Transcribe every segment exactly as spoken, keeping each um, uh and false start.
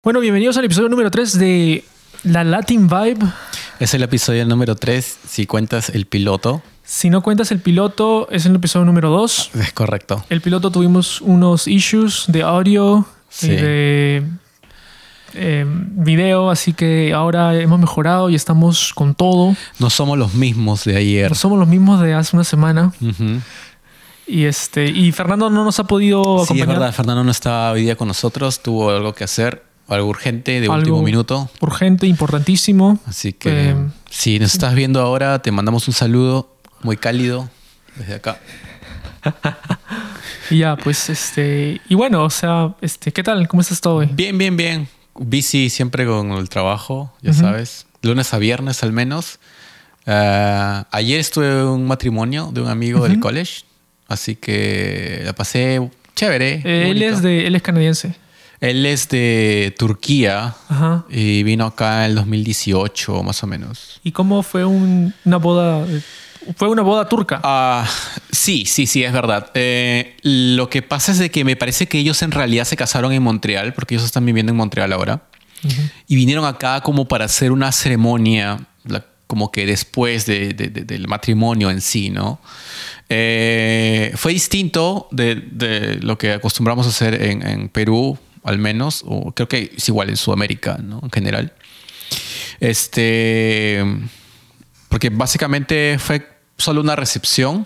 Bueno, bienvenidos al episodio número tres de la Latin Vibe. Es el episodio número tres, si cuentas el piloto. Si no cuentas el piloto, es el episodio número dos. Es correcto. El piloto tuvimos unos issues de audio Sí. y de eh, video, así que ahora hemos mejorado y estamos con todo. No somos los mismos de ayer. No somos los mismos de hace una semana. Ujú. Y, este, y Fernando no nos ha podido Sí, acompañar. es verdad. Fernando no está hoy día con nosotros. Tuvo algo que hacer, algo urgente de Algo último minuto. urgente, importantísimo. Así que Eh, si nos estás viendo ahora, te mandamos un saludo muy cálido desde acá. Y ya, pues, este... Y bueno, o sea, este, ¿qué tal? ¿Cómo estás todo hoy? Bien, bien, bien. Busy siempre con el trabajo, ya Ujú. sabes. Lunes a viernes al menos. Ah, ayer estuve en un matrimonio de un amigo del Ujú. college. Así que la pasé chévere. Eh, él, bonito. es de, él es canadiense. Él es de Turquía Ajá. y vino acá en el dos mil dieciocho, más o menos. ¿Y cómo fue un- una boda? eh, Fue una boda turca. Ah, sí, sí, sí, es verdad. Eh, lo que pasa es de que me parece que ellos en realidad se casaron en Montreal, porque ellos están viviendo en Montreal ahora. Ujú. Y vinieron acá como para hacer una ceremonia, la- como que después de- de- de- del matrimonio en sí, ¿no? Eh, fue distinto de, de lo que acostumbramos a hacer en, en Perú, al menos, o creo que es igual en Sudamérica, ¿no? En general. Este, porque básicamente fue solo una recepción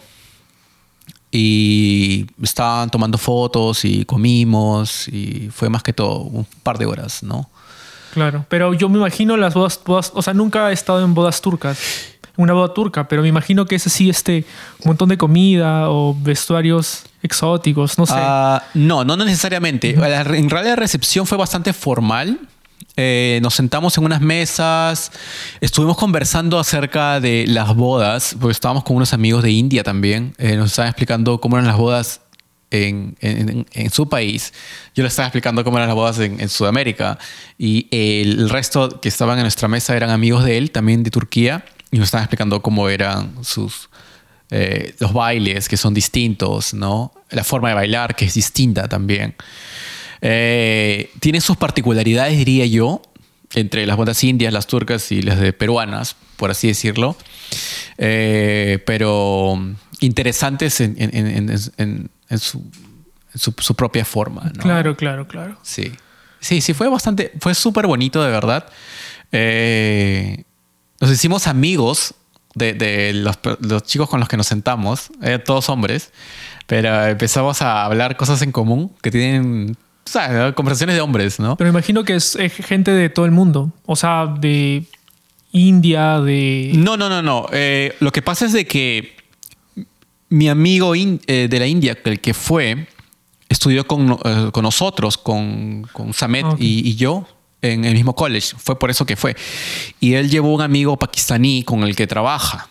y estaban tomando fotos y comimos y fue más que todo un par de horas, ¿no? Claro. Pero yo me imagino las bodas, bodas- o sea, nunca he estado en bodas turcas, una boda turca, pero me imagino que es así, este, un montón de comida o vestuarios exóticos, no sé. Ah, no, no necesariamente. La- En realidad la recepción fue bastante formal. Eh, nos sentamos en unas mesas, estuvimos conversando acerca de las bodas, porque estábamos con unos amigos de India también. Eh, nos estaban explicando cómo eran las bodas en, en- en su país. Yo les estaba explicando cómo eran las bodas en, en Sudamérica. Y el resto que estaban en nuestra mesa eran amigos de él, también de Turquía, y nos estaban explicando cómo eran sus, eh, los bailes, que son distintos, ¿no? La forma de bailar, que es distinta también. Eh, tiene sus particularidades, diría yo, entre las bodas indias, las turcas y las de peruanas, por así decirlo. Eh, pero interesantes en, en- en- en- en- en su, en su- su propia forma, ¿no? Claro, claro, claro. Sí. Sí, sí, fue bastante, fue súper bonito, de verdad. Eh, nos hicimos amigos de, de los, los chicos con los que nos sentamos, eh, todos hombres, pero empezamos a hablar cosas en común que tienen, ¿sabes? Conversaciones de hombres, ¿no? Pero me imagino que es, es gente de todo el mundo. O sea, de India, de... No, no, no, no. Eh, lo que pasa es de que mi amigo in- eh, de la India, el que fue, estudió con, no- eh, con nosotros, con, con Samet Ah, ok. y, y yo, en el mismo college. Fue por eso que fue. Y él llevó un amigo pakistaní con el que trabaja.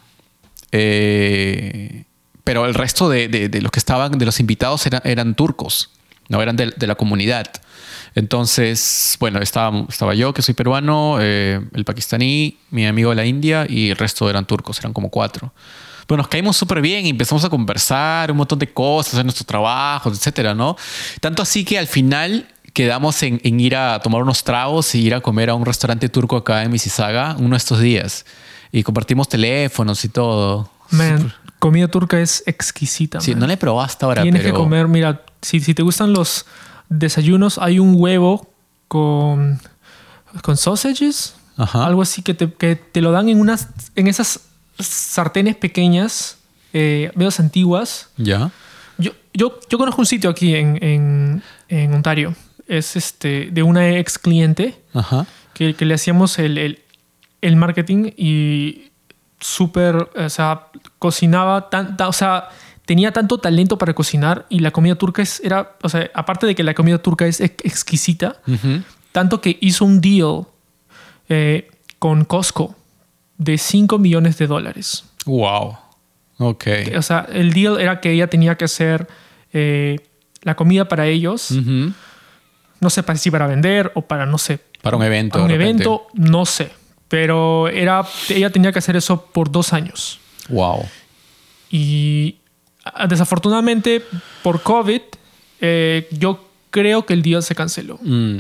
Eh, pero el resto de, de- de los que estaban, de los invitados, eran, eran turcos, no eran de, de la comunidad. Entonces, bueno, estaba, estaba yo, que soy peruano, eh, el pakistaní, mi amigo de la India y el resto eran turcos, eran como cuatro. Bueno, nos caímos súper bien y empezamos a conversar un montón de cosas, hacer nuestros trabajos, etcétera, ¿no? Tanto así que al final quedamos en, en ir a tomar unos tragos y ir a comer a un restaurante turco acá en Mississauga uno de estos días. Y compartimos teléfonos y todo. Man, Súper. comida turca es exquisita. Sí, man. no le he probado hasta ahora, Tienes pero... que comer, mira, si, si te gustan los desayunos, hay un huevo con, con sausages, Ajá. algo así que te, que te lo dan en unas, en esas sartenes pequeñas, eh, medias antiguas. ¿Ya? Yo, yo, yo conozco un sitio aquí en, en, en Ontario. Es este de una ex cliente Ajá. que, que le hacíamos el, el, el marketing y súper, o sea, cocinaba tan, tan- o sea, tenía tanto talento para cocinar y la comida turca es, era, o sea, aparte de que la comida turca es ex- exquisita, Ujú. tanto que hizo un deal eh, con Costco de cinco millones de dólares. Wow. Ok. O sea, el deal era que ella tenía que hacer eh, la comida para ellos, Ujú. no sé para- si para vender o para, no sé, Para un evento. un de repente. evento, no sé. Pero era, ella tenía que hacer eso por dos años. Wow. Y ah, desafortunadamente, por COVID, eh, yo creo que el deal se canceló. Mm.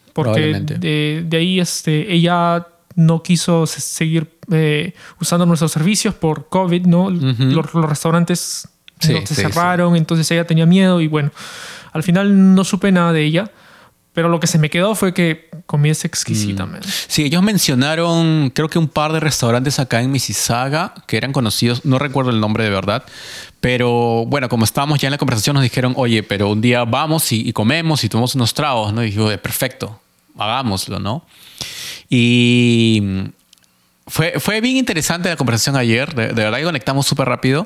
Porque de, de ahí este, ella no quiso seguir eh, usando nuestros servicios por COVID, ¿no? Uh-huh. Los, los restaurantes sí, no, se sí, cerraron, sí. Entonces ella tenía miedo y bueno, al final no supe nada de ella. Pero lo que se me quedó fue que comida es exquisita. Mm. Sí, ellos mencionaron, creo que un par de restaurantes acá en Mississauga que eran conocidos. No recuerdo el nombre de verdad. Pero bueno, como estábamos ya en la conversación, nos dijeron, oye, pero un día vamos y, y comemos y tomamos unos tragos, ¿no? Y dije, perfecto, hagámoslo, ¿no? Y fue, fue bien interesante la conversación ayer. De, de verdad que conectamos súper rápido.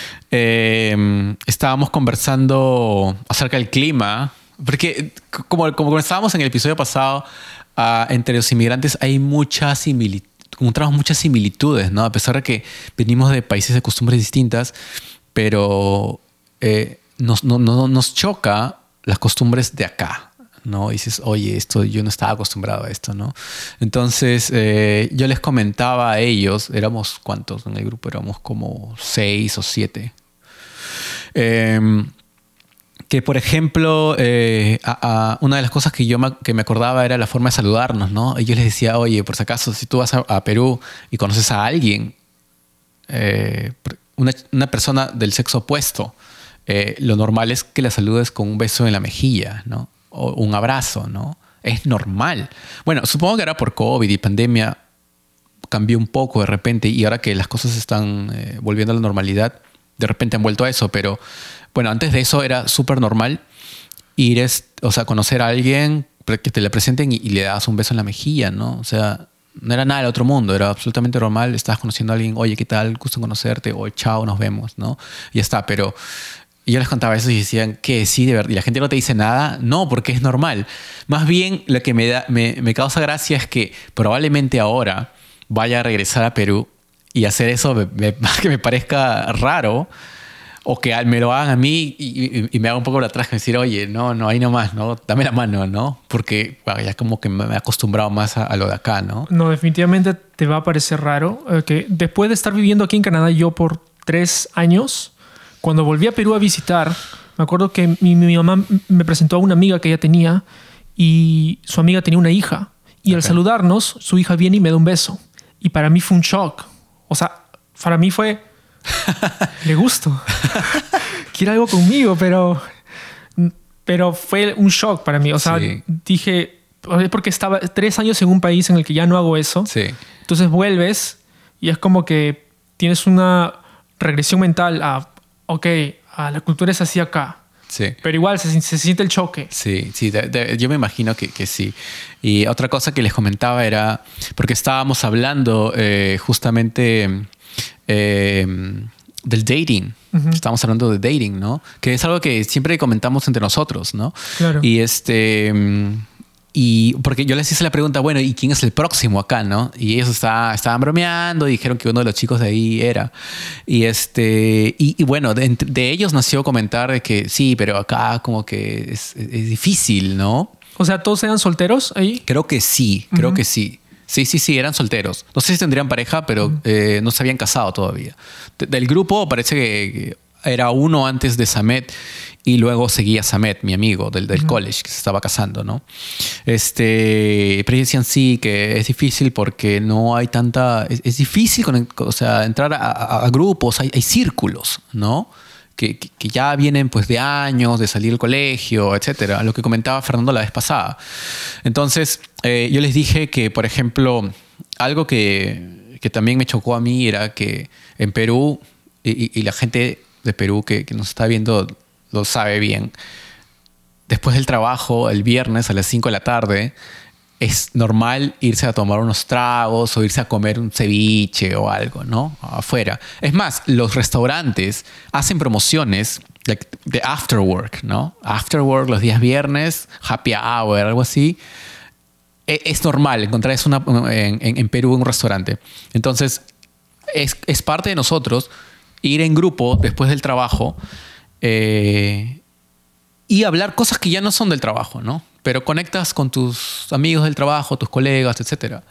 Eh, estábamos conversando acerca del clima. Porque como, como estábamos en el episodio pasado, uh, entre los inmigrantes hay muchas similitudes, encontramos muchas similitudes, ¿no? A pesar de que venimos de países de costumbres distintas, pero eh, nos, no, no, nos choca las costumbres de acá, ¿no? Y dices, oye, esto, yo no estaba acostumbrado a esto, ¿no? Entonces, eh, yo les comentaba a ellos, éramos, ¿cuántos en el grupo? Éramos como seis o siete. Eh, Que, por ejemplo, eh, a, a una de las cosas que yo me, que me acordaba era la forma de saludarnos, ¿no? Y yo les decía, oye, por si acaso, si tú vas a, a Perú y conoces a alguien, eh, una, una persona del sexo opuesto, eh, lo normal es que la saludes con un beso en la mejilla, ¿no? O un abrazo, ¿no? Es normal. Bueno, supongo que ahora por COVID y pandemia cambió un poco de repente y ahora que las cosas están eh, volviendo a la normalidad, de repente han vuelto a eso, pero bueno, antes de eso era súper normal ir, es, o sea, conocer a alguien, que te le presenten y, y le das un beso en la mejilla, ¿no? O sea, no era nada del otro mundo, era absolutamente normal. Estabas conociendo a alguien, oye, ¿qué tal? Gusto en conocerte, o chao, nos vemos, ¿no? Y ya está, pero yo les contaba eso y decían, ¿qué? Sí, de verdad. Y la gente no te dice nada. No, porque es normal. Más bien, lo que me, da, me, me causa gracia es que probablemente ahora vaya a regresar a Perú y hacer eso me, me, que me parezca raro. O que me lo hagan a mí y, y, y me haga un poco para atrás y decir, oye, no, no, ahí nomás, ¿no? Dame la mano, ¿no? Porque bueno, ya como que me he acostumbrado más a, a lo de acá, ¿no? No, definitivamente te va a parecer raro. Eh, que después de estar viviendo aquí en Canadá yo por tres años, cuando volví a Perú a visitar, me acuerdo que mi, mi mamá me presentó a una amiga que ella tenía y su amiga tenía una hija. Y okay. Al saludarnos, su hija viene y me da un beso. Y para mí fue un shock. O sea, para mí fue... le gusto. Quiere algo conmigo, pero... Pero fue un shock para mí. O sea, sí. Dije... Es porque estaba tres años en un país en el que ya no hago eso. Sí. Entonces vuelves y es como que tienes una regresión mental a... Ok, a la cultura es así acá. Sí. Pero igual se, se siente el choque. Sí, sí de, de, yo me imagino que, que sí. Y otra cosa que les comentaba era... Porque estábamos hablando eh, justamente... Eh, del dating. Uh-huh. Estamos hablando de dating, ¿no? Que es algo que siempre comentamos entre nosotros, ¿no? Claro. Y este... Y porque yo les hice la pregunta, bueno, ¿y quién es el próximo acá, no? Y ellos está, estaban bromeando y dijeron que uno de los chicos de ahí era. Y este... Y, y bueno, de, de ellos nació comentar de que sí, pero acá como que es, es difícil, ¿no? O sea, ¿todos eran solteros ahí? Creo que sí, creo uh-huh. que sí. Sí, sí, sí, eran solteros. No sé si tendrían pareja, pero uh-huh. eh, no se habían casado todavía. De, del grupo parece que era uno antes de Samet y luego seguía Samet, mi amigo del, del uh-huh. college, que se estaba casando, ¿no? Este, pero ellos decían sí, que es difícil porque no hay tanta... Es, es difícil con, o sea, entrar a, a, a grupos, hay, hay círculos, ¿no? Que, que, que ya vienen pues de años, de salir del colegio, etcétera. Lo que comentaba Fernando la vez pasada. Entonces, eh, yo les dije que, por ejemplo, algo que, que también me chocó a mí era que en Perú, y, y la gente de Perú que, que nos está viendo lo sabe bien, después del trabajo, el viernes a las cinco de la tarde, es normal irse a tomar unos tragos o irse a comer un ceviche o algo, ¿no? Afuera. Es más, los restaurantes hacen promociones like, de after work, ¿no? After work los días viernes, happy hour, algo así. Es normal encontrar eso una, en, en, en Perú en un restaurante. Entonces, es, es parte de nosotros ir en grupo después del trabajo eh, y hablar cosas que ya no son del trabajo, ¿no? Pero conectas con tus amigos del trabajo, tus colegas, etcétera.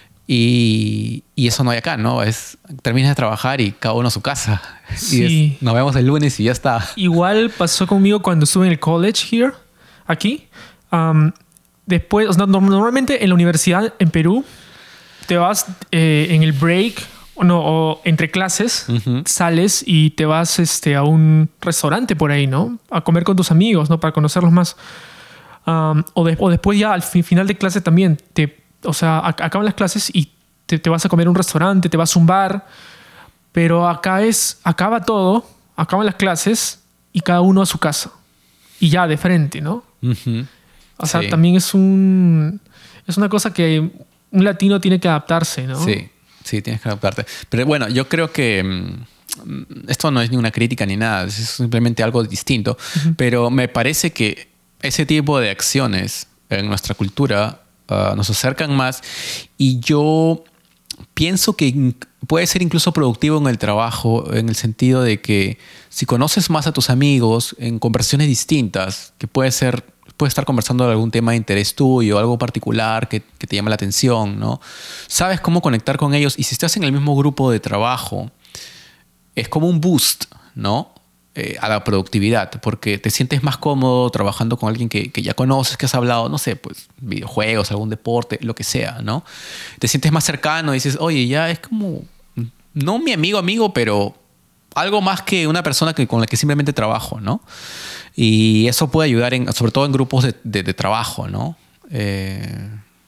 Y, y eso no hay acá, ¿no? Es, terminas de trabajar y cada uno a su casa. Sí. Y es, nos vemos el lunes y ya está. Igual pasó conmigo cuando estuve en el college here, aquí. Um, después, o sea, normalmente en la universidad en Perú te vas eh, en el break o, no, o entre clases, uh-huh. sales y te vas este, a un restaurante por ahí, ¿no? A comer con tus amigos, ¿no? Para conocerlos más. Um, o, de, o después ya al fi- final de clase también, te, o sea, a- acaban las clases y te, te vas a comer a un restaurante, te vas a un bar, pero acá es, acaba todo, acaban las clases y cada uno a su casa. Y ya de frente, ¿no? Uh-huh. O sea, sí. también es un es una cosa que un latino tiene que adaptarse, ¿no? Sí, sí, tienes que adaptarte. Pero bueno, yo creo que mmm, esto no es ni una crítica ni nada, es simplemente algo distinto. Uh-huh. Pero me parece que ese tipo de acciones en nuestra cultura uh, nos acercan más y yo pienso que puede ser incluso productivo en el trabajo, en el sentido de que si conoces más a tus amigos en conversaciones distintas, que puede ser, puede estar conversando de algún tema de interés tuyo, algo particular que, que te llama la atención, ¿no? Sabes cómo conectar con ellos y si estás en el mismo grupo de trabajo, es como un boost, ¿no? Eh, a la productividad, porque te sientes más cómodo trabajando con alguien que, que ya conoces, que has hablado, no sé, pues videojuegos, algún deporte, lo que sea, ¿no? Te sientes más cercano y dices, oye, ya es como, no mi amigo, amigo, pero algo más que una persona que, con la que simplemente trabajo, ¿no? Y eso puede ayudar, en, sobre todo en grupos de, de, de trabajo, ¿no? Eh,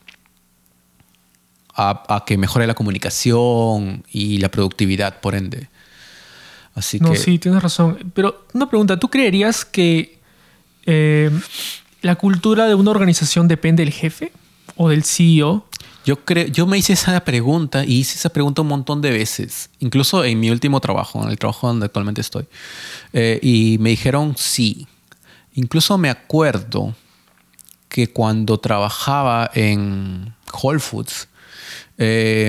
a, a que mejore la comunicación y la productividad, por ende. Así no, que... sí, tienes razón. Pero una pregunta, ¿tú creerías que eh, la cultura de una organización depende del jefe o del C E O? Yo, creo, yo me hice esa pregunta y hice esa pregunta un montón de veces, incluso en mi último trabajo, en el trabajo donde actualmente estoy. Eh, y me dijeron sí. Incluso me acuerdo que cuando trabajaba en Whole Foods, eh,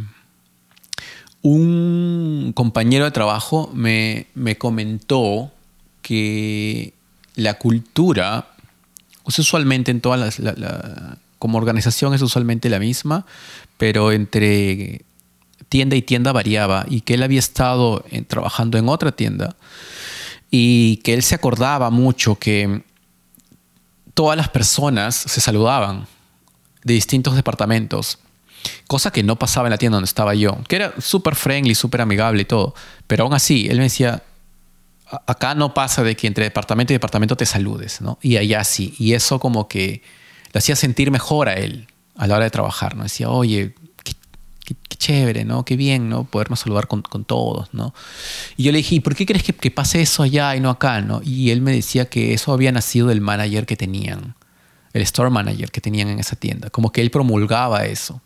un compañero de trabajo me, me comentó que la cultura, pues usualmente en todas las... La, la, como organización es usualmente la misma, pero entre tienda y tienda variaba y que él había estado en, trabajando en otra tienda y que él se acordaba mucho que todas las personas se saludaban de distintos departamentos. Cosa que no pasaba en la tienda donde estaba yo, que era súper friendly, súper amigable y todo. Pero aún así, él me decía, acá no pasa de que entre departamento y departamento te saludes, ¿no? Y allá sí. Y eso como que le hacía sentir mejor a él a la hora de trabajar, ¿no? Decía, oye, qué, qué, qué chévere, ¿no? Qué bien, ¿no? Podernos saludar con, con todos, ¿no? Y yo le dije, ¿y por qué crees que, que pase eso allá y no acá, ¿no? Y él me decía que eso había nacido del manager que tenían, el store manager que tenían en esa tienda. Como que él promulgaba eso.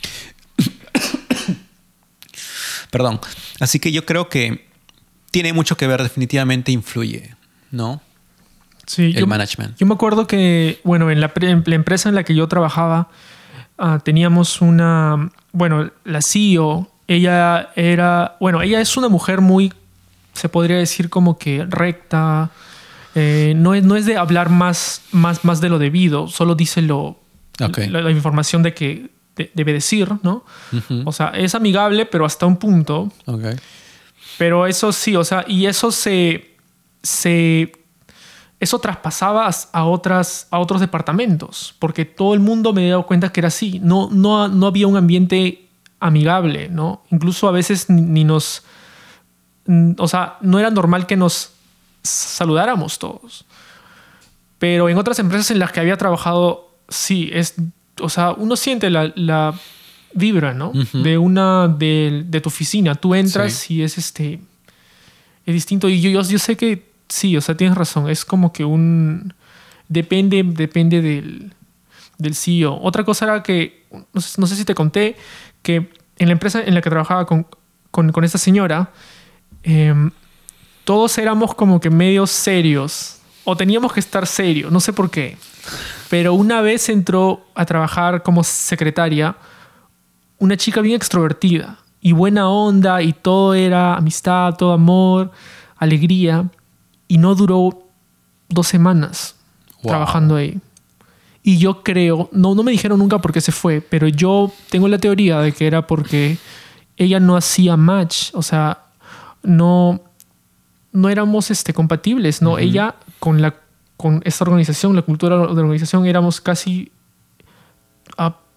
Perdón. Así que yo creo que tiene mucho que ver, definitivamente influye, ¿no? Sí, el yo, management. Yo me acuerdo que, bueno, en la, en la empresa en la que yo trabajaba, uh, teníamos una, bueno, la C E O, ella era, bueno, ella es una mujer muy, se podría decir como que recta, eh, no, es, no es de hablar más, más, más de lo debido, solo dice lo, okay. la, la información de que de, debe decir, ¿no? Uh-huh. O sea, es amigable, pero hasta un punto. Okay. Pero eso sí, o sea, y eso se... se eso traspasaba a, otras, a otros departamentos, porque todo el mundo me he dado cuenta que era así. No, no, no había un ambiente amigable, ¿no? Incluso a veces ni, ni nos... O sea, no era normal que nos saludáramos todos. Pero en otras empresas en las que había trabajado, sí, es... O sea, uno siente la, la vibra, ¿no? Uh-huh. De una... De, de tu oficina. Tú entras sí. y es este... Es distinto. Y yo, yo, yo sé que sí, o sea, tienes razón. Es como que un... Depende, depende del, del C E O. Otra cosa era que... No sé, no sé si te conté que en la empresa en la que trabajaba con, con, con esta señora, eh, todos éramos como que medio serios. O teníamos que estar serios. No sé por qué. Pero una vez entró a trabajar como secretaria una chica bien extrovertida y buena onda y todo era amistad, todo amor, alegría. Y no duró dos semanas wow. trabajando ahí. Y yo creo, no, no me dijeron nunca por qué se fue, pero yo tengo la teoría de que era porque ella no hacía match. O sea, no, no éramos este, compatibles, ¿no? Uh-huh. Ella con, la, con esta organización, la cultura de la organización, éramos casi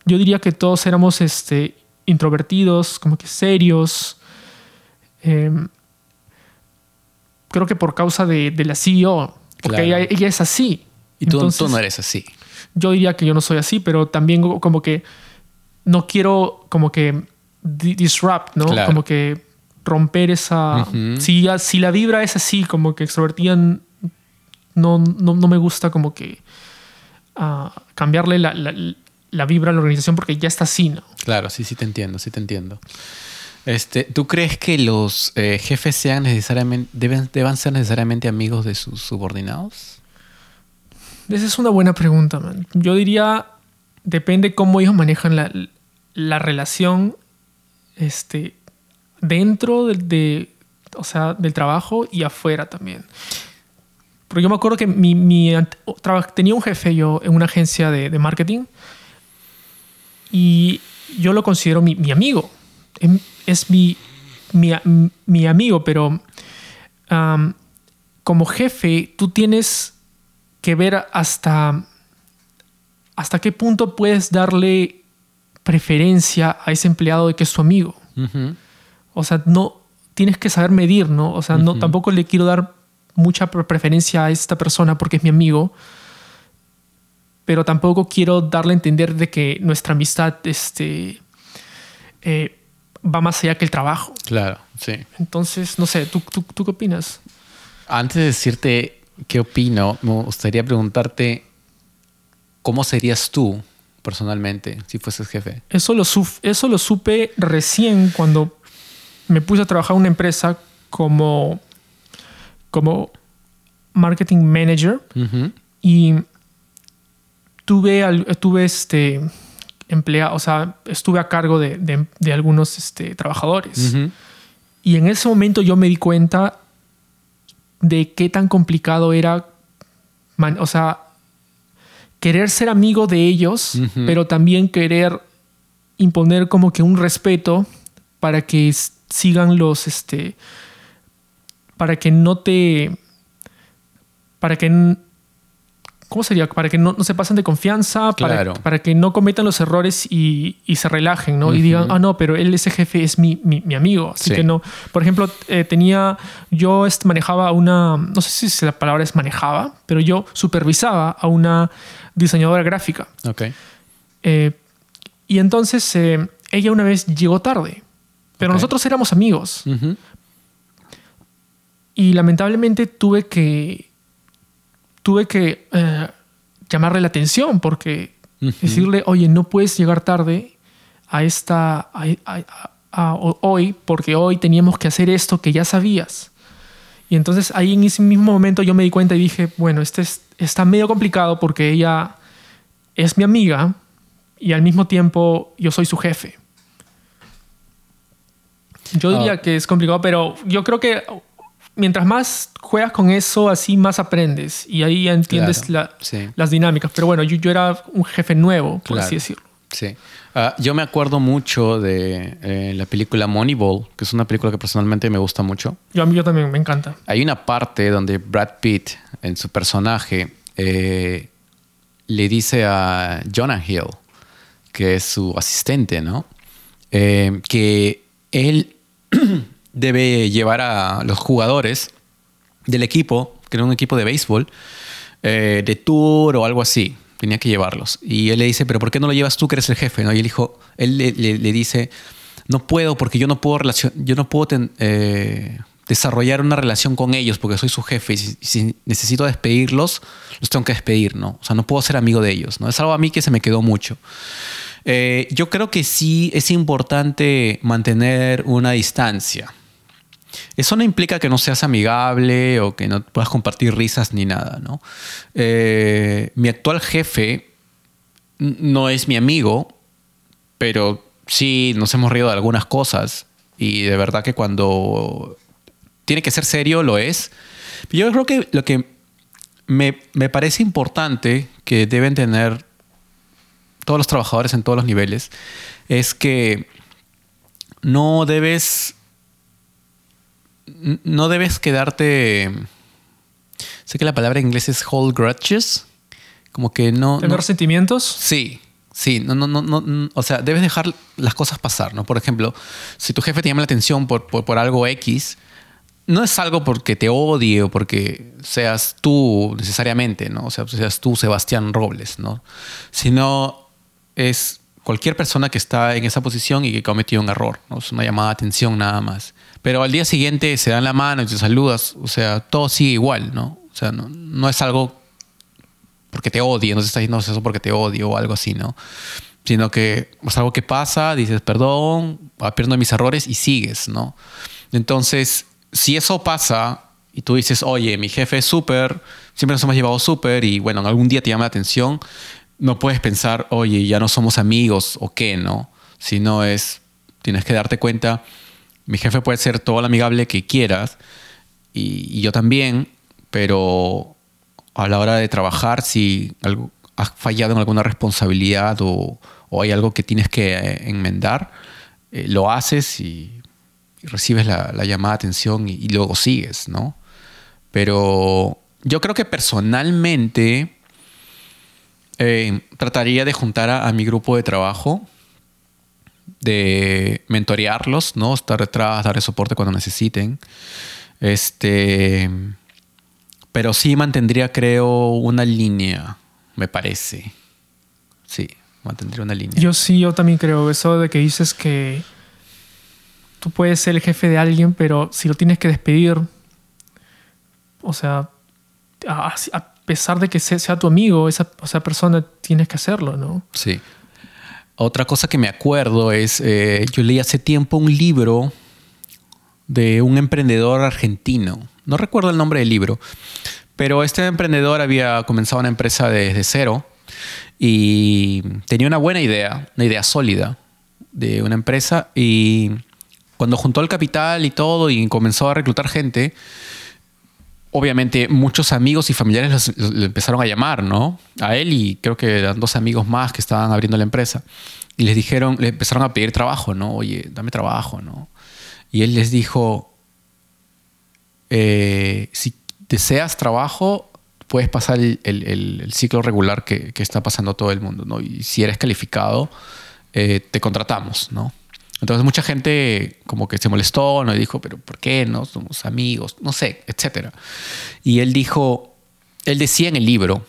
yo diría que todos éramos este, introvertidos, como que serios. Eh, creo que por causa de, de la C E O, porque Claro. ella, ella es así. Y tú, Entonces, tú no eres así. yo diría que yo no soy así, pero también como que no quiero como que di- disrupt, ¿no? Claro. Como que romper esa... Ujú. si, si la vibra es así, como que extrovertida, no, no, no me gusta como que uh, cambiarle la, la, la vibra a la organización porque ya está así, ¿no? Claro, sí, sí te entiendo, sí te entiendo. Este, ¿tú crees que los eh, jefes sean necesariamente, deben, deban ser necesariamente amigos de sus subordinados? Esa es una buena pregunta, man. Yo diría, depende cómo ellos manejan la, la relación este, dentro de, de, o sea, del trabajo y afuera también. Porque yo me acuerdo que mi, mi, tenía un jefe yo en una agencia de, de marketing y yo lo considero mi, mi amigo. Es mi, mi, mi amigo, pero um, como jefe tú tienes que ver hasta, hasta qué punto puedes darle preferencia a ese empleado de que es tu amigo. Uh-huh. O sea, no, tienes que saber medir, ¿no? O sea, uh-huh. no, tampoco le quiero dar mucha preferencia a esta persona porque es mi amigo, pero tampoco quiero darle a entender de que nuestra amistad este, eh, va más allá que el trabajo. Claro, sí. Entonces, no sé, ¿tú, tú, tú qué opinas? Antes de decirte qué opino, me gustaría preguntarte cómo serías tú personalmente si fueses jefe. Eso lo, eso lo supe recién cuando me puse a trabajar en una empresa como, como marketing manager. Uh-huh. Y tuve, tuve este emplea, o sea, estuve a cargo de, de, de algunos este, trabajadores. Uh-huh. Y en ese momento yo me di cuenta de qué tan complicado era, man, o sea, querer ser amigo de ellos, uh-huh. pero también querer imponer como que un respeto para que sigan los, este, para que no te, para que, ¿cómo sería? Para que no, no se pasen de confianza, claro. para, para que no cometan los errores y, y se relajen, ¿no? Uh-huh. Y digan, ah, no, pero él, ese jefe es mi, mi, mi amigo. Así sí. que no. Por ejemplo, eh, tenía, yo este, manejaba una, no sé si la palabra es manejaba, pero yo supervisaba a una diseñadora gráfica. Ok. Eh, y entonces eh, ella una vez llegó tarde, pero okay. nosotros éramos amigos. Uh-huh. Y lamentablemente tuve que tuve que eh, llamarle la atención porque uh-huh. decirle, oye, no puedes llegar tarde a esta a, a, a, a, hoy porque hoy teníamos que hacer esto que ya sabías. Y entonces ahí en ese mismo momento yo me di cuenta y dije, bueno, este es, está medio complicado porque ella es mi amiga y al mismo tiempo yo soy su jefe. Yo diría oh. que es complicado, pero yo creo que mientras más juegas con eso, así más aprendes. Y ahí ya entiendes claro, la, sí. las dinámicas. Pero bueno, yo, yo era un jefe nuevo, por claro, así decirlo. Sí. Uh, yo me acuerdo mucho de eh, la película Moneyball, que es una película que personalmente me gusta mucho. Yo, a mí yo también, me encanta. Hay una parte donde Brad Pitt, en su personaje, eh, le dice a Jonah Hill, que es su asistente, ¿no? Eh, que él debe llevar a los jugadores del equipo, que era un equipo de béisbol, eh, de tour o algo así. Tenía que llevarlos. Y él le dice, ¿pero por qué no lo llevas tú que eres el jefe? ¿No? Y él dijo, él le, le, le dice, no puedo porque yo no puedo, relacion- yo no puedo ten- eh, desarrollar una relación con ellos porque soy su jefe. Y si, si necesito despedirlos, los tengo que despedir, ¿no? O sea, no puedo ser amigo de ellos, ¿no? Es algo a mí que se me quedó mucho. Eh, yo creo que sí es importante mantener una distancia. Eso no implica que no seas amigable o que no puedas compartir risas ni nada, ¿no? Eh, mi actual jefe no es mi amigo, pero sí nos hemos reído de algunas cosas y de verdad que cuando tiene que ser serio lo es. Yo creo que lo que me, me parece importante que deben tener todos los trabajadores en todos los niveles es que no debes no debes quedarte, sé que la palabra en inglés es hold grudges, como que no tener no, sentimientos. sí, Sí, no, no, no, no, o sea, debes dejar las cosas pasar, ¿no? Por ejemplo, si tu jefe te llama la atención por, por, por algo X, no es algo porque te odie o porque seas tú necesariamente, ¿no? O sea, seas tú Sebastián Robles, ¿no? Sino es cualquier persona que está en esa posición y que cometió un error, ¿no? Es una llamada de atención nada más. Pero al día siguiente se dan la mano y te saludas, o sea, todo sigue igual, ¿no? O sea, no, no es algo porque te odie, no se está diciendo eso porque te odio o algo así, ¿no? Sino que es algo que pasa, dices perdón, aprendo mis errores y sigues, ¿no? Entonces, si eso pasa y tú dices, oye, mi jefe es súper, siempre nos hemos llevado súper y bueno, algún día te llama la atención, no puedes pensar, oye, ya no somos amigos o qué, ¿no? Sino es, tienes que darte cuenta, mi jefe puede ser todo lo amigable que quieras y, y yo también, pero a la hora de trabajar, si algo, has fallado en alguna responsabilidad o, o hay algo que tienes que eh, enmendar, eh, lo haces y, y recibes la, la llamada de atención y, y luego sigues, ¿no? Pero yo creo que personalmente eh, trataría de juntar a, a mi grupo de trabajo, de mentorearlos, ¿no? Estar detrás, darles soporte cuando necesiten. Este... Pero sí mantendría, creo, una línea, me parece. Sí, mantendría una línea. Yo sí, yo también creo eso de que dices que tú puedes ser el jefe de alguien, pero si lo tienes que despedir, o sea, a, a pesar de que sea, sea tu amigo, esa, esa persona tienes que hacerlo, ¿no? Sí. Otra cosa que me acuerdo es, eh, yo leí hace tiempo un libro de un emprendedor argentino. No recuerdo el nombre del libro, pero este emprendedor había comenzado una empresa desde cero y tenía una buena idea, una idea sólida de una empresa, y cuando juntó el capital y todo y comenzó a reclutar gente, obviamente muchos amigos y familiares los, los, le empezaron a llamar, ¿no? A él y creo que eran dos amigos más que estaban abriendo la empresa y les dijeron, le empezaron a pedir trabajo, ¿no? Oye, dame trabajo, ¿no? Y él les dijo, Eh, si deseas trabajo, puedes pasar el, el, el ciclo regular que, que está pasando todo el mundo, ¿no? Y si eres calificado, eh, te contratamos, ¿no? Entonces mucha gente como que se molestó, ¿no? Y dijo, pero ¿por qué? No somos amigos, no sé, etcétera. Y él dijo, él decía en el libro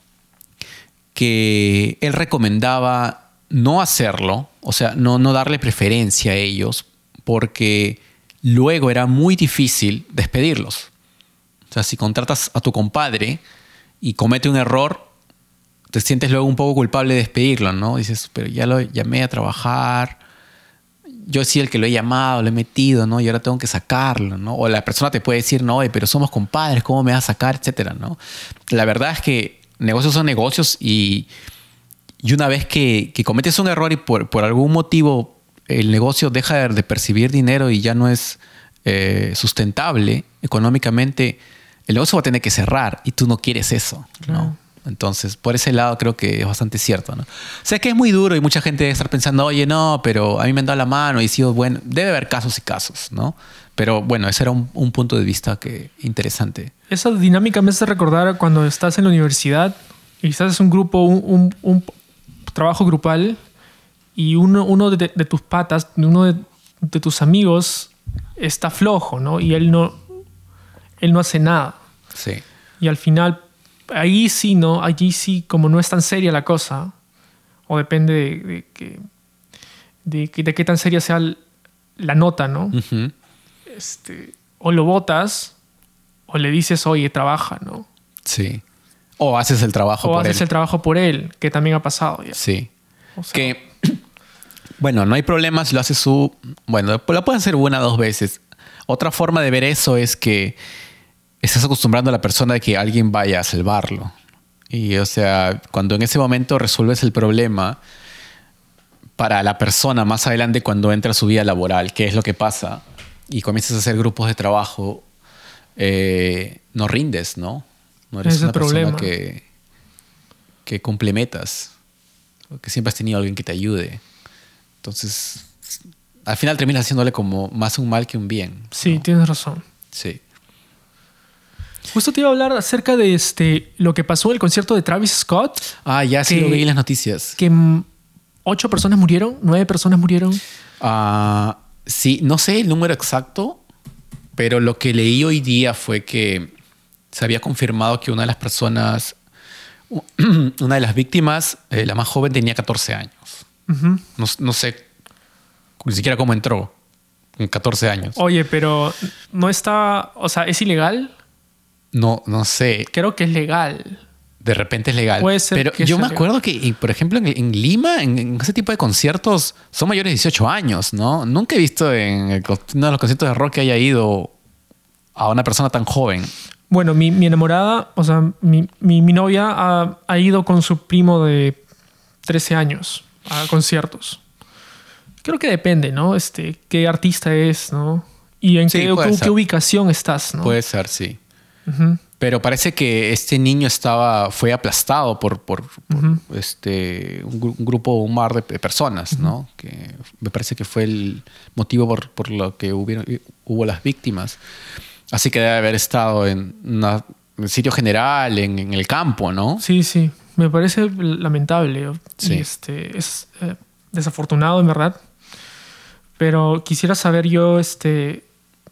que él recomendaba no hacerlo, o sea, no, no darle preferencia a ellos, porque luego era muy difícil despedirlos. O sea, si contratas a tu compadre y comete un error, te sientes luego un poco culpable de despedirlo, ¿no? Dices, pero ya lo llamé a trabajar, yo sí el que lo he llamado, lo he metido, ¿no? Y ahora tengo que sacarlo, ¿no? O la persona te puede decir, no, pero somos compadres, ¿cómo me vas a sacar? Etcétera, ¿no? La verdad es que negocios son negocios y, y una vez que, que cometes un error y por, por algún motivo el negocio deja de percibir dinero y ya no es eh, sustentable económicamente, el negocio va a tener que cerrar y tú no quieres eso, ¿no? Claro. Entonces, por ese lado creo que es bastante cierto, ¿no? O sea, que es muy duro y mucha gente debe estar pensando, oye, no, pero a mí me han dado la mano y he sido bueno. Debe haber casos y casos, ¿no? Pero bueno, ese era un, un punto de vista que, interesante. Esa dinámica me hace recordar cuando estás en la universidad y estás en un grupo, un, un, un trabajo grupal, y uno, uno de, de tus patas, uno de, de tus amigos está flojo, ¿no? Y él no, él no hace nada. Sí. Y al final, ahí sí, ¿no? Allí sí, como no es tan seria la cosa, o depende de, de, que, de, de, de qué tan seria sea la nota, ¿no? Uh-huh. Este, o lo botas, o le dices, oye, trabaja, ¿no? Sí. O haces el trabajo o por él. O haces el trabajo por él, que también ha pasado ya. Sí. O sea, que, bueno, no hay problema si lo haces su... Bueno, lo puedes hacer una o dos veces. Otra forma de ver eso es que estás acostumbrando a la persona de que alguien vaya a salvarlo. Y, o sea, cuando en ese momento resuelves el problema, para la persona más adelante cuando entra a su vida laboral, ¿qué es lo que pasa? Y comienzas a hacer grupos de trabajo, eh, no rindes, ¿no? No eres ese una persona problema. que, que cumple metas. Porque siempre has tenido alguien que te ayude. Entonces, al final terminas haciéndole como más un mal que un bien, ¿no? Sí, tienes razón. Sí. Justo te iba a hablar acerca de este, lo que pasó en el concierto de Travis Scott. Ah, ya sí que, lo vi en las noticias. Que ¿Ocho personas murieron? ¿Nueve personas murieron? Uh, sí, no sé el número exacto, pero lo que leí hoy día fue que se había confirmado que una de las personas, una de las víctimas, eh, la más joven, tenía catorce años. Uh-huh. No, no sé ni siquiera cómo entró con catorce años. Oye, pero no está... O sea, ¿es ilegal? No, no sé. Creo que es legal. De repente es legal. Puede ser. Pero que yo me legal. acuerdo que, por ejemplo, en, en Lima, en, en ese tipo de conciertos, son mayores de dieciocho años, ¿no? Nunca he visto en el, uno de los conciertos de rock que haya ido a una persona tan joven. Bueno, mi, mi enamorada, o sea, mi, mi, mi novia ha, ha ido con su primo de trece años a conciertos. Creo que depende, ¿no? Este, qué artista es, ¿no? Y en sí, qué, qué, qué ubicación estás, ¿no? Puede ser, sí. Uh-huh. Pero parece que este niño estaba, fue aplastado por, por, por uh-huh. este, un, un grupo, un mar de personas, uh-huh. ¿no? Que me parece que fue el motivo por, por lo que hubieron, hubo las víctimas. Así que debe haber estado en, una, en sitio general, en, en el campo, ¿no? Sí, sí. Me parece lamentable. Sí. Y este, es eh, desafortunado, en verdad. Pero quisiera saber yo, este...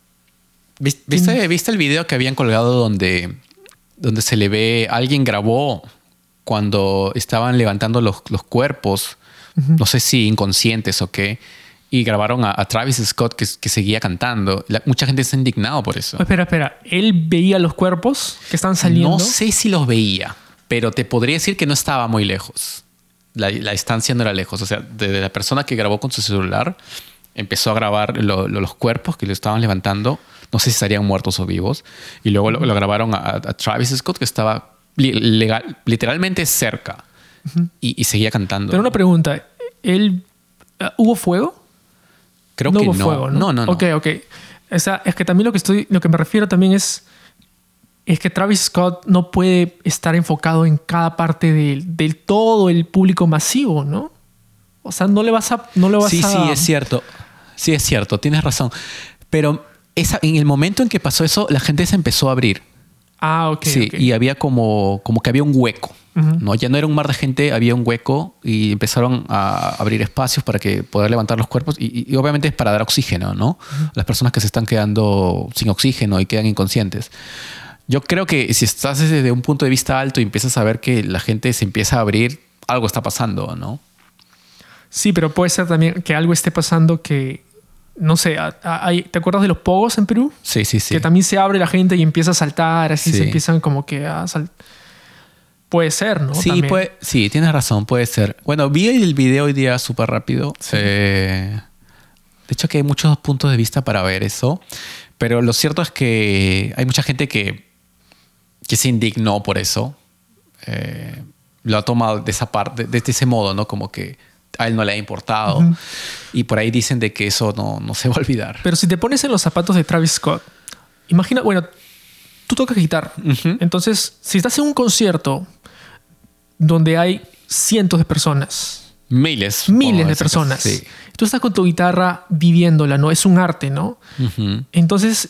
¿Viste, ¿Viste el video que habían colgado donde, donde se le ve, alguien grabó cuando estaban levantando los, los cuerpos, uh-huh. no sé si inconscientes o qué, y grabaron a, a Travis Scott que, que seguía cantando? La, mucha gente se ha indignado por eso. Espera, espera. ¿Él veía los cuerpos que están saliendo? No sé si los veía, pero te podría decir que no estaba muy lejos. La, la distancia no era lejos. O sea, de, de la persona que grabó con su celular, empezó a grabar lo, lo, los cuerpos que le estaban levantando. No sé si estarían muertos o vivos. Y luego lo, lo grabaron a, a Travis Scott, que estaba legal, literalmente cerca. Uh-huh. y, y seguía cantando. Pero una pregunta. ¿Él, uh, ¿Hubo fuego? Creo no que hubo no. Fuego, ¿no? No, no, no. Ok, ok. O sea, es que también lo que, estoy, lo que me refiero también es... Es que Travis Scott no puede estar enfocado en cada parte del de todo el público masivo, ¿no? O sea, no le vas a... No le vas sí, a... sí, es cierto. Sí, es cierto. Tienes razón. Pero... Esa, en el momento en que pasó eso, la gente se empezó a abrir. Ah, ok. Sí, okay. Y había como, como que había un hueco. Uh-huh. ¿no? Ya no era un mar de gente, había un hueco y empezaron a abrir espacios para que poder levantar los cuerpos. Y, y obviamente es para dar oxígeno, ¿no? Uh-huh. Las personas que se están quedando sin oxígeno y quedan inconscientes. Yo creo que si estás desde un punto de vista alto y empiezas a ver que la gente se empieza a abrir, algo está pasando, ¿no? Sí, pero puede ser también que algo esté pasando que... No sé, hay, ¿te acuerdas de los pogos en Perú? Sí, sí, sí. Que también se abre la gente y empieza a saltar, así sí. se empiezan como que a saltar. Puede ser, ¿no? Sí, puede, sí, tienes razón, puede ser. Bueno, vi el video hoy día súper rápido. Sí. Eh, de hecho, que hay muchos puntos de vista para ver eso. Pero lo cierto es que hay mucha gente que, que se indignó por eso. Eh, lo ha tomado de esa parte, de, de ese modo, ¿no? Como que a él no le ha importado. Uh-huh. Y por ahí dicen de que eso no, no se va a olvidar. Pero si te pones en los zapatos de Travis Scott, imagina, bueno, tú tocas guitarra. Uh-huh. Entonces, si estás en un concierto donde hay cientos de personas. Miles. Miles de personas. Sí. Tú estás con tu guitarra viviéndola, ¿no? Es un arte, ¿no? Uh-huh. Entonces,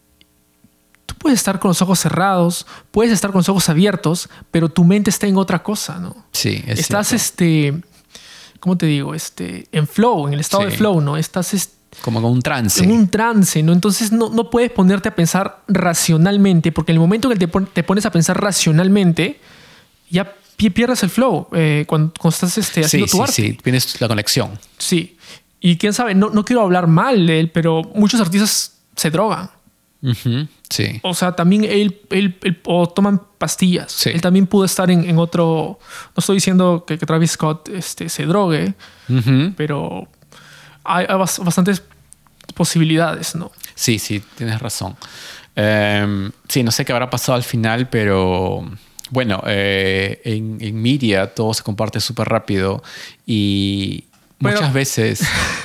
tú puedes estar con los ojos cerrados, puedes estar con los ojos abiertos, pero tu mente está en otra cosa, ¿no? Sí, es Estás, cierto. este... ¿Cómo te digo? Este, en flow, en el estado sí. de flow, ¿no? Estás... Est- Como en un trance. En un trance, ¿no? Entonces no, no puedes ponerte a pensar racionalmente, porque en el momento que te, pon- te pones a pensar racionalmente, ya pierdes el flow eh, cuando, cuando estás este, haciendo sí, tu sí, arte. Sí, tienes la conexión. Sí. Y quién sabe, no, no quiero hablar mal de él, pero muchos artistas se drogan. Uh-huh. Sí. O sea, también él, él, él o toman pastillas. Sí. Él también pudo estar en, en otro... No estoy diciendo que, que Travis Scott este, se drogue, uh-huh. pero hay, hay bastantes posibilidades, ¿no? Sí, sí, tienes razón. Eh, sí, no sé qué habrá pasado al final, pero... Bueno, eh, en, en media todo se comparte súper rápido y pero, muchas veces...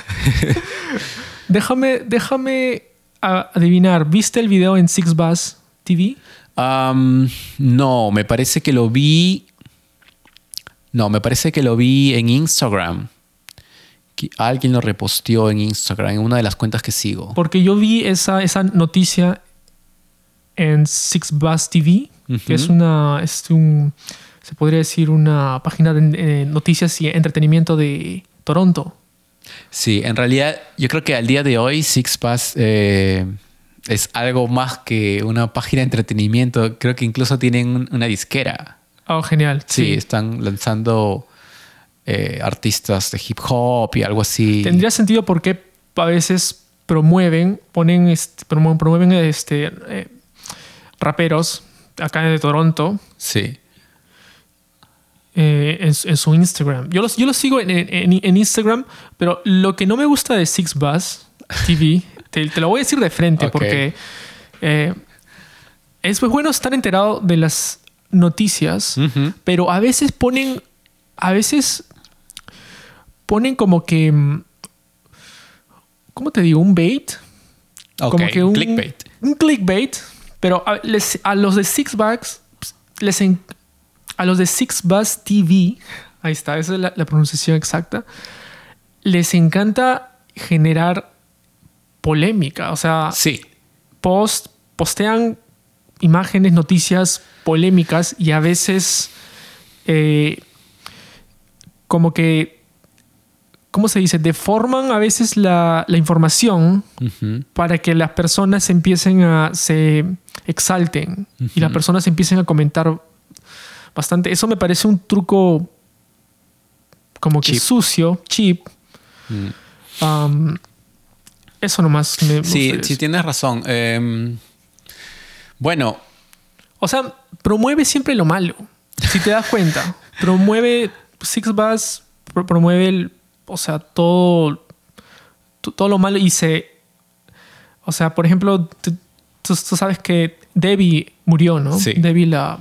déjame, déjame adivinar. ¿Viste el video en Six Buzz T V? Um, no, me parece que lo vi... No, me parece que lo vi en Instagram. Que alguien lo reposteó en Instagram, en una de las cuentas que sigo. Porque yo vi esa, esa noticia en Six Buzz T V, Ujú. que es una, es un, se podría decir una página de eh, noticias y entretenimiento de Toronto. Sí, en realidad yo creo que al día de hoy Six Pass eh, es algo más que una página de entretenimiento. Creo que incluso tienen un- una disquera. Oh, genial. Sí, Sí. están lanzando eh, artistas de hip hop y algo así. Tendría sentido porque a veces promueven, ponen, este, promu- promueven este, eh, raperos acá de Toronto Sí. eh, en, su- en su Instagram. Yo los, yo los sigo en, en- en Instagram, pero lo que no me gusta de Six Buzz T V, te, te lo voy a decir de frente Ok. porque eh, es pues bueno estar enterado de las noticias, Ujú. pero a veces ponen, a veces ponen como que, mm, ¿cómo te digo? Un bait. Ok, Como que un clickbait. Un clickbait, pero a, les- a los de Six Bucks, les en- a los de Six Buzz T V, ahí está, esa es la, la pronunciación exacta, les encanta generar polémica. O sea, Sí. post, postean imágenes, noticias polémicas y a veces eh, como que, ¿cómo se dice? Deforman a veces la, la información Ujú. para que las personas empiecen a se exalten y las personas empiecen a comentar bastante. Eso me parece un truco como que Cheap. sucio, cheap. Mm. Um, eso nomás me, me Sí, gustaría sí, decir. tienes razón. Eh, bueno, O sea, promueve siempre lo malo. Si te das cuenta, promueve Six Buzz, pro- promueve el, o sea, todo, to- todo lo malo y se, o sea, por ejemplo, tú, tú- tú sabes que Debbie murió, ¿no? Sí. Debbie la,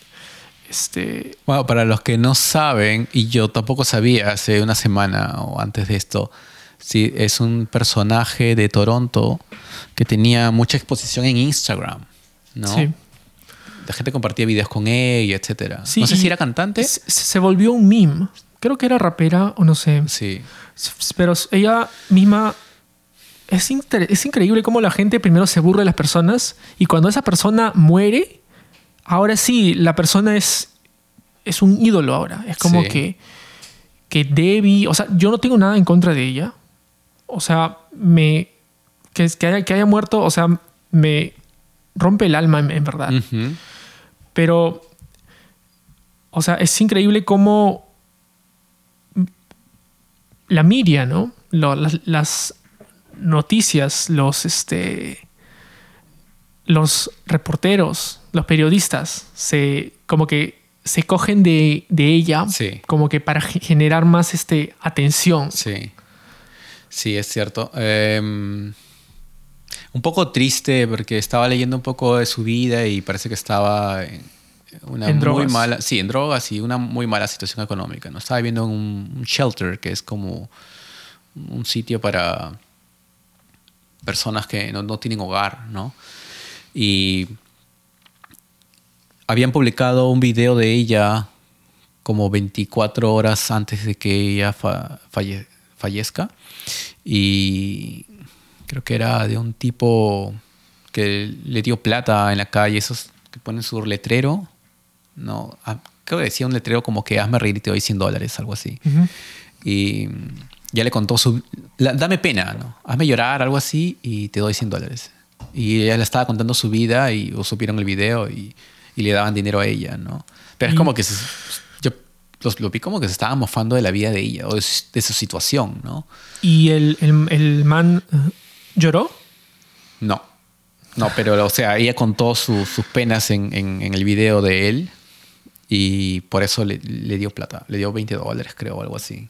este, bueno, para los que no saben, y yo tampoco sabía hace una semana o antes de esto, sí, es un personaje de Toronto que tenía mucha exposición en Instagram, ¿no? sí. La gente compartía videos con ella, etcétera. Sí, no sé y si era cantante. Se, se volvió un meme. Creo que era rapera o no sé. Sí. Pero ella misma... Es, inter- es increíble cómo la gente primero se burla de las personas y cuando esa persona muere, ahora sí, la persona es, es un ídolo ahora. Es como Sí. que, que Debbie... O sea, yo no tengo nada en contra de ella. O sea, me... Que, que, haya, que haya muerto, o sea, me rompe el alma en, en verdad. Ujú. Pero, o sea, es increíble cómo la media, ¿no? Lo- las, las noticias, los, este, los reporteros, los periodistas, se, como que se cogen de, de ella, Sí. como que para ge- generar más este, atención. Sí. Sí, es cierto. Eh, un poco triste porque estaba leyendo un poco de su vida y parece que estaba en una En muy drogas. mala, sí, en drogas y una muy mala situación económica, ¿no? Estaba viviendo en un, un shelter que es como un sitio para personas que no, no tienen hogar, ¿no? Y habían publicado un video de ella como veinticuatro horas antes de que ella fa- falle- fallezca. Y creo que era de un tipo que le dio plata en la calle, esos que ponen su letrero. No, ah, creo que decía un letrero como que hazme reír y te doy cien dólares, algo así. Ujú. Y ya le contó su... la- dame pena, ¿no? Hazme llorar, algo así, y te doy cien dólares. Y ella le estaba contando su vida y o supieron el video y, y le daban dinero a ella, ¿no? Pero es Y- como que... se- yo los, lo vi como que se estaba mofando de la vida de ella o de su, de su situación, ¿no? Y el, el, el man eh, lloró. No. No, pero o sea, ella contó su- sus penas en, en- en el video de él y por eso le, le dio plata. Le dio veinte dólares, creo, o algo así.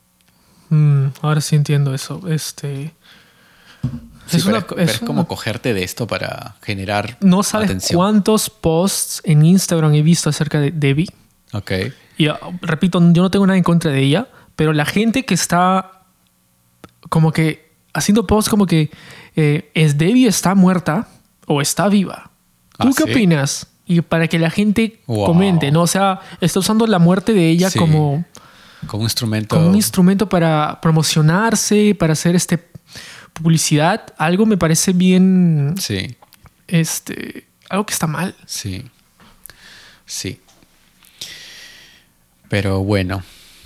Mm, ahora sí entiendo eso. Este, Sí, es pero una- es, pero es es una- como cogerte de esto para generar No sabes atención. cuántos posts en Instagram he visto acerca de Debbie. Ok. Y uh, repito, yo no tengo nada en contra de ella, pero la gente que está como que haciendo posts como que eh, ¿es Debbie está muerta o está viva? ¿Tú Ah, qué ¿sí? opinas? Y para que la gente Wow. comente, ¿no? O sea, está usando la muerte de ella Sí. como, Como un instrumento. como un instrumento para promocionarse, para hacer este publicidad. Algo me parece bien Sí. este, algo que está mal. Sí. Sí. Pero bueno.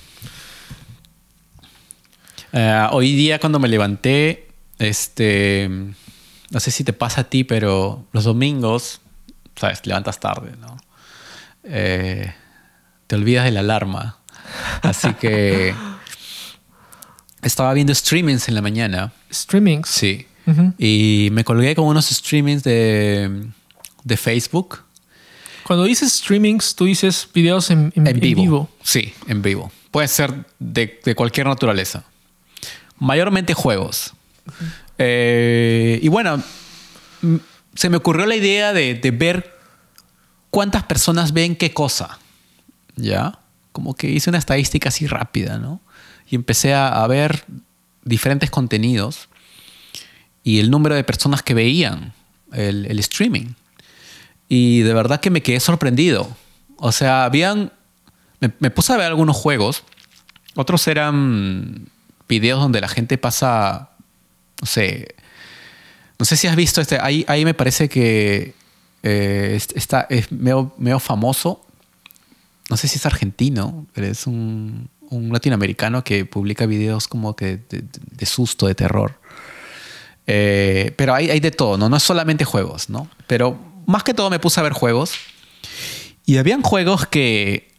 Uh, hoy día cuando me levanté, este, no sé si te pasa a ti, pero los domingos, sabes, te levantas tarde, ¿no? Eh, te olvidas de la alarma. Así que estaba viendo streamings en la mañana. ¿Streamings? Sí. Uh-huh. Y me colgué con unos streamings de, de Facebook. Cuando dices streamings, tú dices videos en, en, en, vivo. en vivo. Sí, en vivo. Puede ser de, de cualquier naturaleza. Mayormente juegos. Uh-huh. Eh, y bueno, se me ocurrió la idea de, de ver cuántas personas ven qué cosa. ¿Ya? Como que hice una estadística así rápida, ¿no? Y empecé a, a ver diferentes contenidos y el número de personas que veían el, el streaming. Y de verdad que me quedé sorprendido. O sea, habían... Me, me puse a ver algunos juegos. Otros eran videos donde la gente pasa... No sé... No sé si has visto este... Ahí, ahí me parece que... Eh, está, es medio, medio famoso. No sé si es argentino, pero es un, un latinoamericano que publica videos como que de, de, de susto, de terror. Eh, pero hay, hay de todo, ¿no? No es solamente juegos, ¿no? Pero más que todo me puse a ver juegos. Y habían juegos que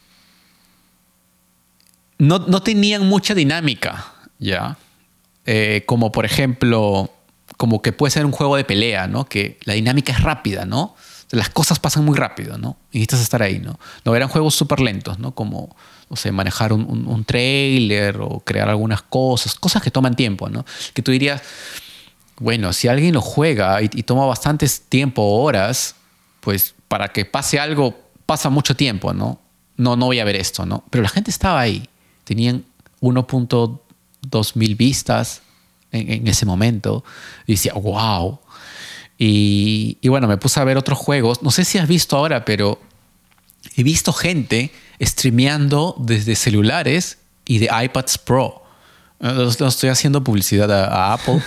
no, no tenían mucha dinámica, ¿ya? Eh, como por ejemplo, como que puede ser un juego de pelea, ¿no? Que la dinámica es rápida, ¿no? Las cosas pasan muy rápido, ¿no? Y necesitas estar ahí, ¿no? No, eran juegos súper lentos, ¿no? Como, no sé, manejar un, un, un trailer o crear algunas cosas, cosas que toman tiempo, ¿no? Que tú dirías, bueno, si alguien lo juega y, y toma bastantes tiempo, horas, pues para que pase algo, pasa mucho tiempo, ¿no? No, no voy a ver esto, ¿no? Pero la gente estaba ahí. Tenían uno punto dos mil vistas en, en ese momento. Y decía, wow. Y, y bueno, me puse a ver otros juegos. No sé si has visto ahora, pero he visto gente streameando desde celulares y de iPads Pro. No, no estoy haciendo publicidad a, a Apple,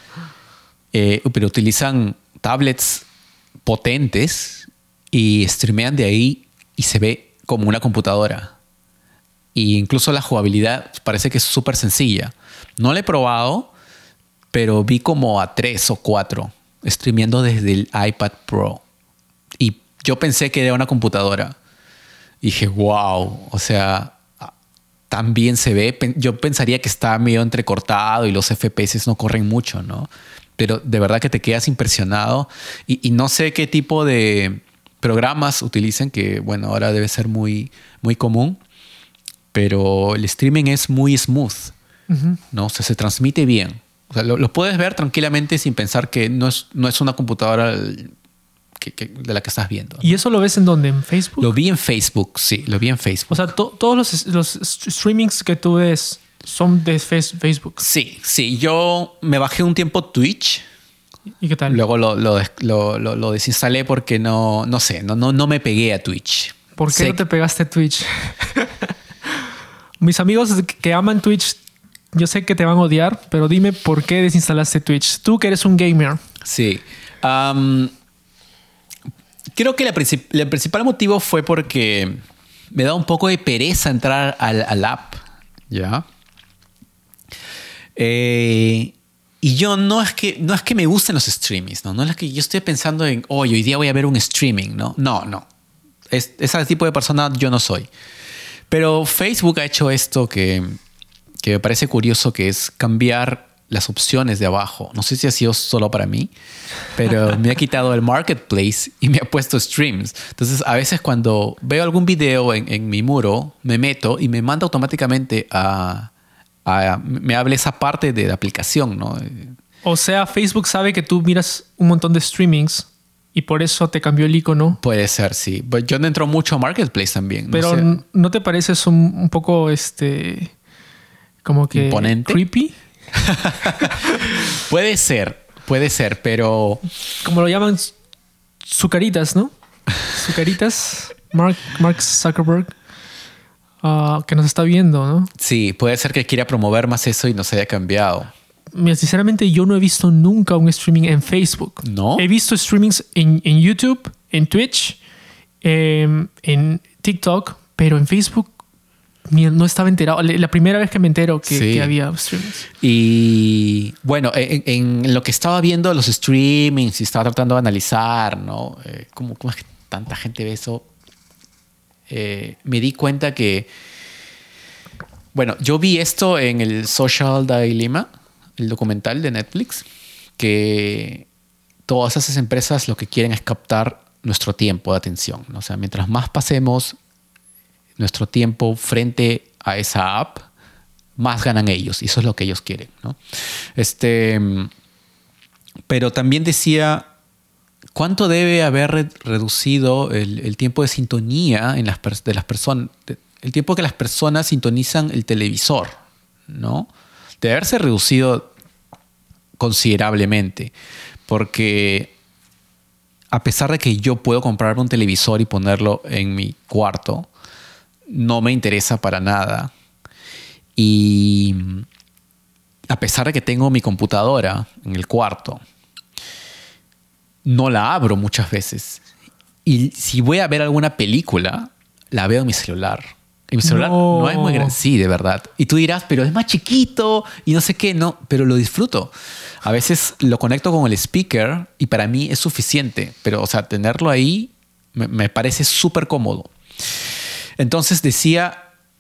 eh, pero utilizan tablets potentes y streamean de ahí y se ve como una computadora. Y incluso la jugabilidad parece que es súper sencilla. No la he probado, pero vi como a tres o cuatro streameando desde el iPad Pro. Y yo pensé que era una computadora. Y dije, wow, o sea, tan bien se ve. Yo pensaría que está medio entrecortado y los F P S no corren mucho, ¿no? Pero de verdad que te quedas impresionado. Y, y no sé qué tipo de programas utilicen, que bueno, ahora debe ser muy, muy común. Pero el streaming es muy smooth, uh-huh. ¿no? O sea, se transmite bien. O sea, lo, lo puedes ver tranquilamente sin pensar que no es, no es una computadora que, que, de la que estás viendo, ¿no? ¿Y eso lo ves en dónde? ¿En Facebook? Lo vi en Facebook, sí. Lo vi en Facebook. O sea, to, todos los, los streamings que tú ves son de Facebook. Sí, sí. Yo me bajé un tiempo Twitch. ¿Y qué tal? Luego lo, lo, lo, lo, lo desinstalé porque no, no sé, no, no, no me pegué a Twitch. ¿Por qué sé no te pegaste a Twitch? Mis amigos que aman Twitch, yo sé que te van a odiar, pero dime por qué desinstalaste Twitch. Tú que eres un gamer. Sí. Um, creo que la princip- el principal motivo fue porque me da un poco de pereza entrar al, al app. ¿Ya? Eh, y yo no es que no es que me gusten los streamings, ¿no? No es que yo estoy pensando en, oh, hoy día voy a ver un streaming, ¿no? No, no. Es, ese tipo de persona yo no soy. Pero Facebook ha hecho esto que, que me parece curioso, que es cambiar las opciones de abajo. No sé si ha sido solo para mí, pero me ha quitado el marketplace y me ha puesto streams. Entonces, a veces cuando veo algún video en, en mi muro, me meto y me manda automáticamente a, a... me habla esa parte de la aplicación, ¿no? O sea, Facebook sabe que tú miras un montón de streamings y por eso te cambió el icono. Puede ser, sí. Yo no entro mucho a Marketplace también. Pero no sé. ¿no te parece eso un, un poco este como que imponente? Creepy. Puede ser, puede ser, pero como lo llaman Zucaritas, ¿no? Zucaritas, Mark, Mark Zuckerberg, uh, que nos está viendo, ¿no? Sí, puede ser que quiera promover más eso y nos haya cambiado. mira, sinceramente yo no he visto nunca un streaming en Facebook. ¿No? He visto streamings en, en YouTube, en Twitch, eh, en TikTok, pero en Facebook ni- no estaba enterado. La la primera vez que me entero que, Sí. que había streamings. Y bueno, en, en lo que estaba viendo los streamings y estaba tratando de analizar, ¿no? Eh, ¿cómo, cómo es que tanta gente ve eso? Eh, me di cuenta que, bueno, yo vi esto en el Social Dilemma, el documental de Netflix, que todas esas empresas lo que quieren es captar nuestro tiempo de atención, ¿no? O sea, mientras más pasemos nuestro tiempo frente a esa app, más ganan ellos. Y eso es lo que ellos quieren, ¿no? Este, pero también decía, ¿cuánto debe haber re- reducido el, el tiempo de sintonía en las pers- de las personas? El tiempo que las personas sintonizan el televisor, ¿no? Debe haberse reducido considerablemente. Porque a pesar de que yo puedo comprarme un televisor y ponerlo en mi cuarto, no me interesa para nada. Y a pesar de que tengo mi computadora en el cuarto, no la abro muchas veces. Y si voy a ver alguna película, la veo en mi celular. Y mi celular no, No. es muy grande. Sí, de verdad. Y tú dirás, pero es más chiquito y no sé qué. No, pero lo disfruto. A veces lo conecto con el speaker y para mí es suficiente. Pero, o sea, tenerlo ahí me, me parece súper cómodo. Entonces decía,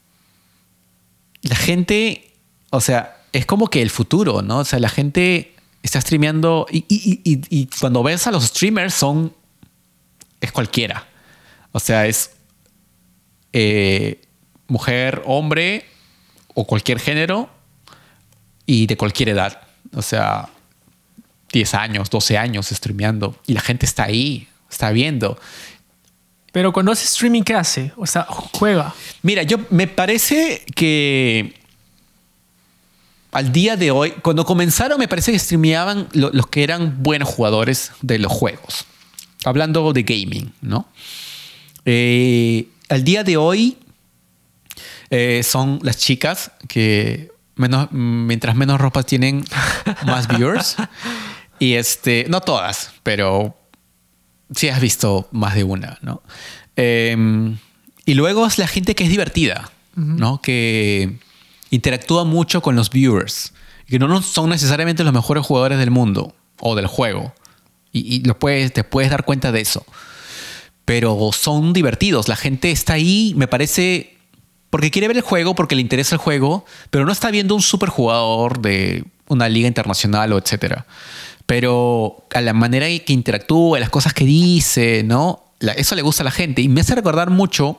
la gente, o sea, es como que el futuro, ¿no? O sea, la gente está streameando y, y, y, y cuando ves a los streamers son, es cualquiera. O sea, es eh, mujer, hombre o cualquier género y de cualquier edad. O sea, diez años, doce años streameando y la gente está ahí, está viendo. Pero cuando hace streaming, ¿qué hace? O sea, juega. Mira, yo me parece que al día de hoy, cuando comenzaron, me parece que streameaban lo- los que eran buenos jugadores de los juegos. Hablando de gaming, ¿no? Eh, al día de hoy eh, son las chicas que menos, mientras menos ropa tienen, más viewers. Y este, no todas, pero sí has visto más de una, ¿no? Eh, y luego es la gente que es divertida, ¿no? Que interactúa mucho con los viewers. Que no son necesariamente los mejores jugadores del mundo o del juego. Y, y lo puedes, te puedes dar cuenta de eso. Pero son divertidos. La gente está ahí, me parece, porque quiere ver el juego, porque le interesa el juego, pero no está viendo un superjugador de una liga internacional o etcétera. Pero a la manera en que interactúa, las cosas que dice, ¿no? La- eso le gusta a la gente. Y me hace recordar mucho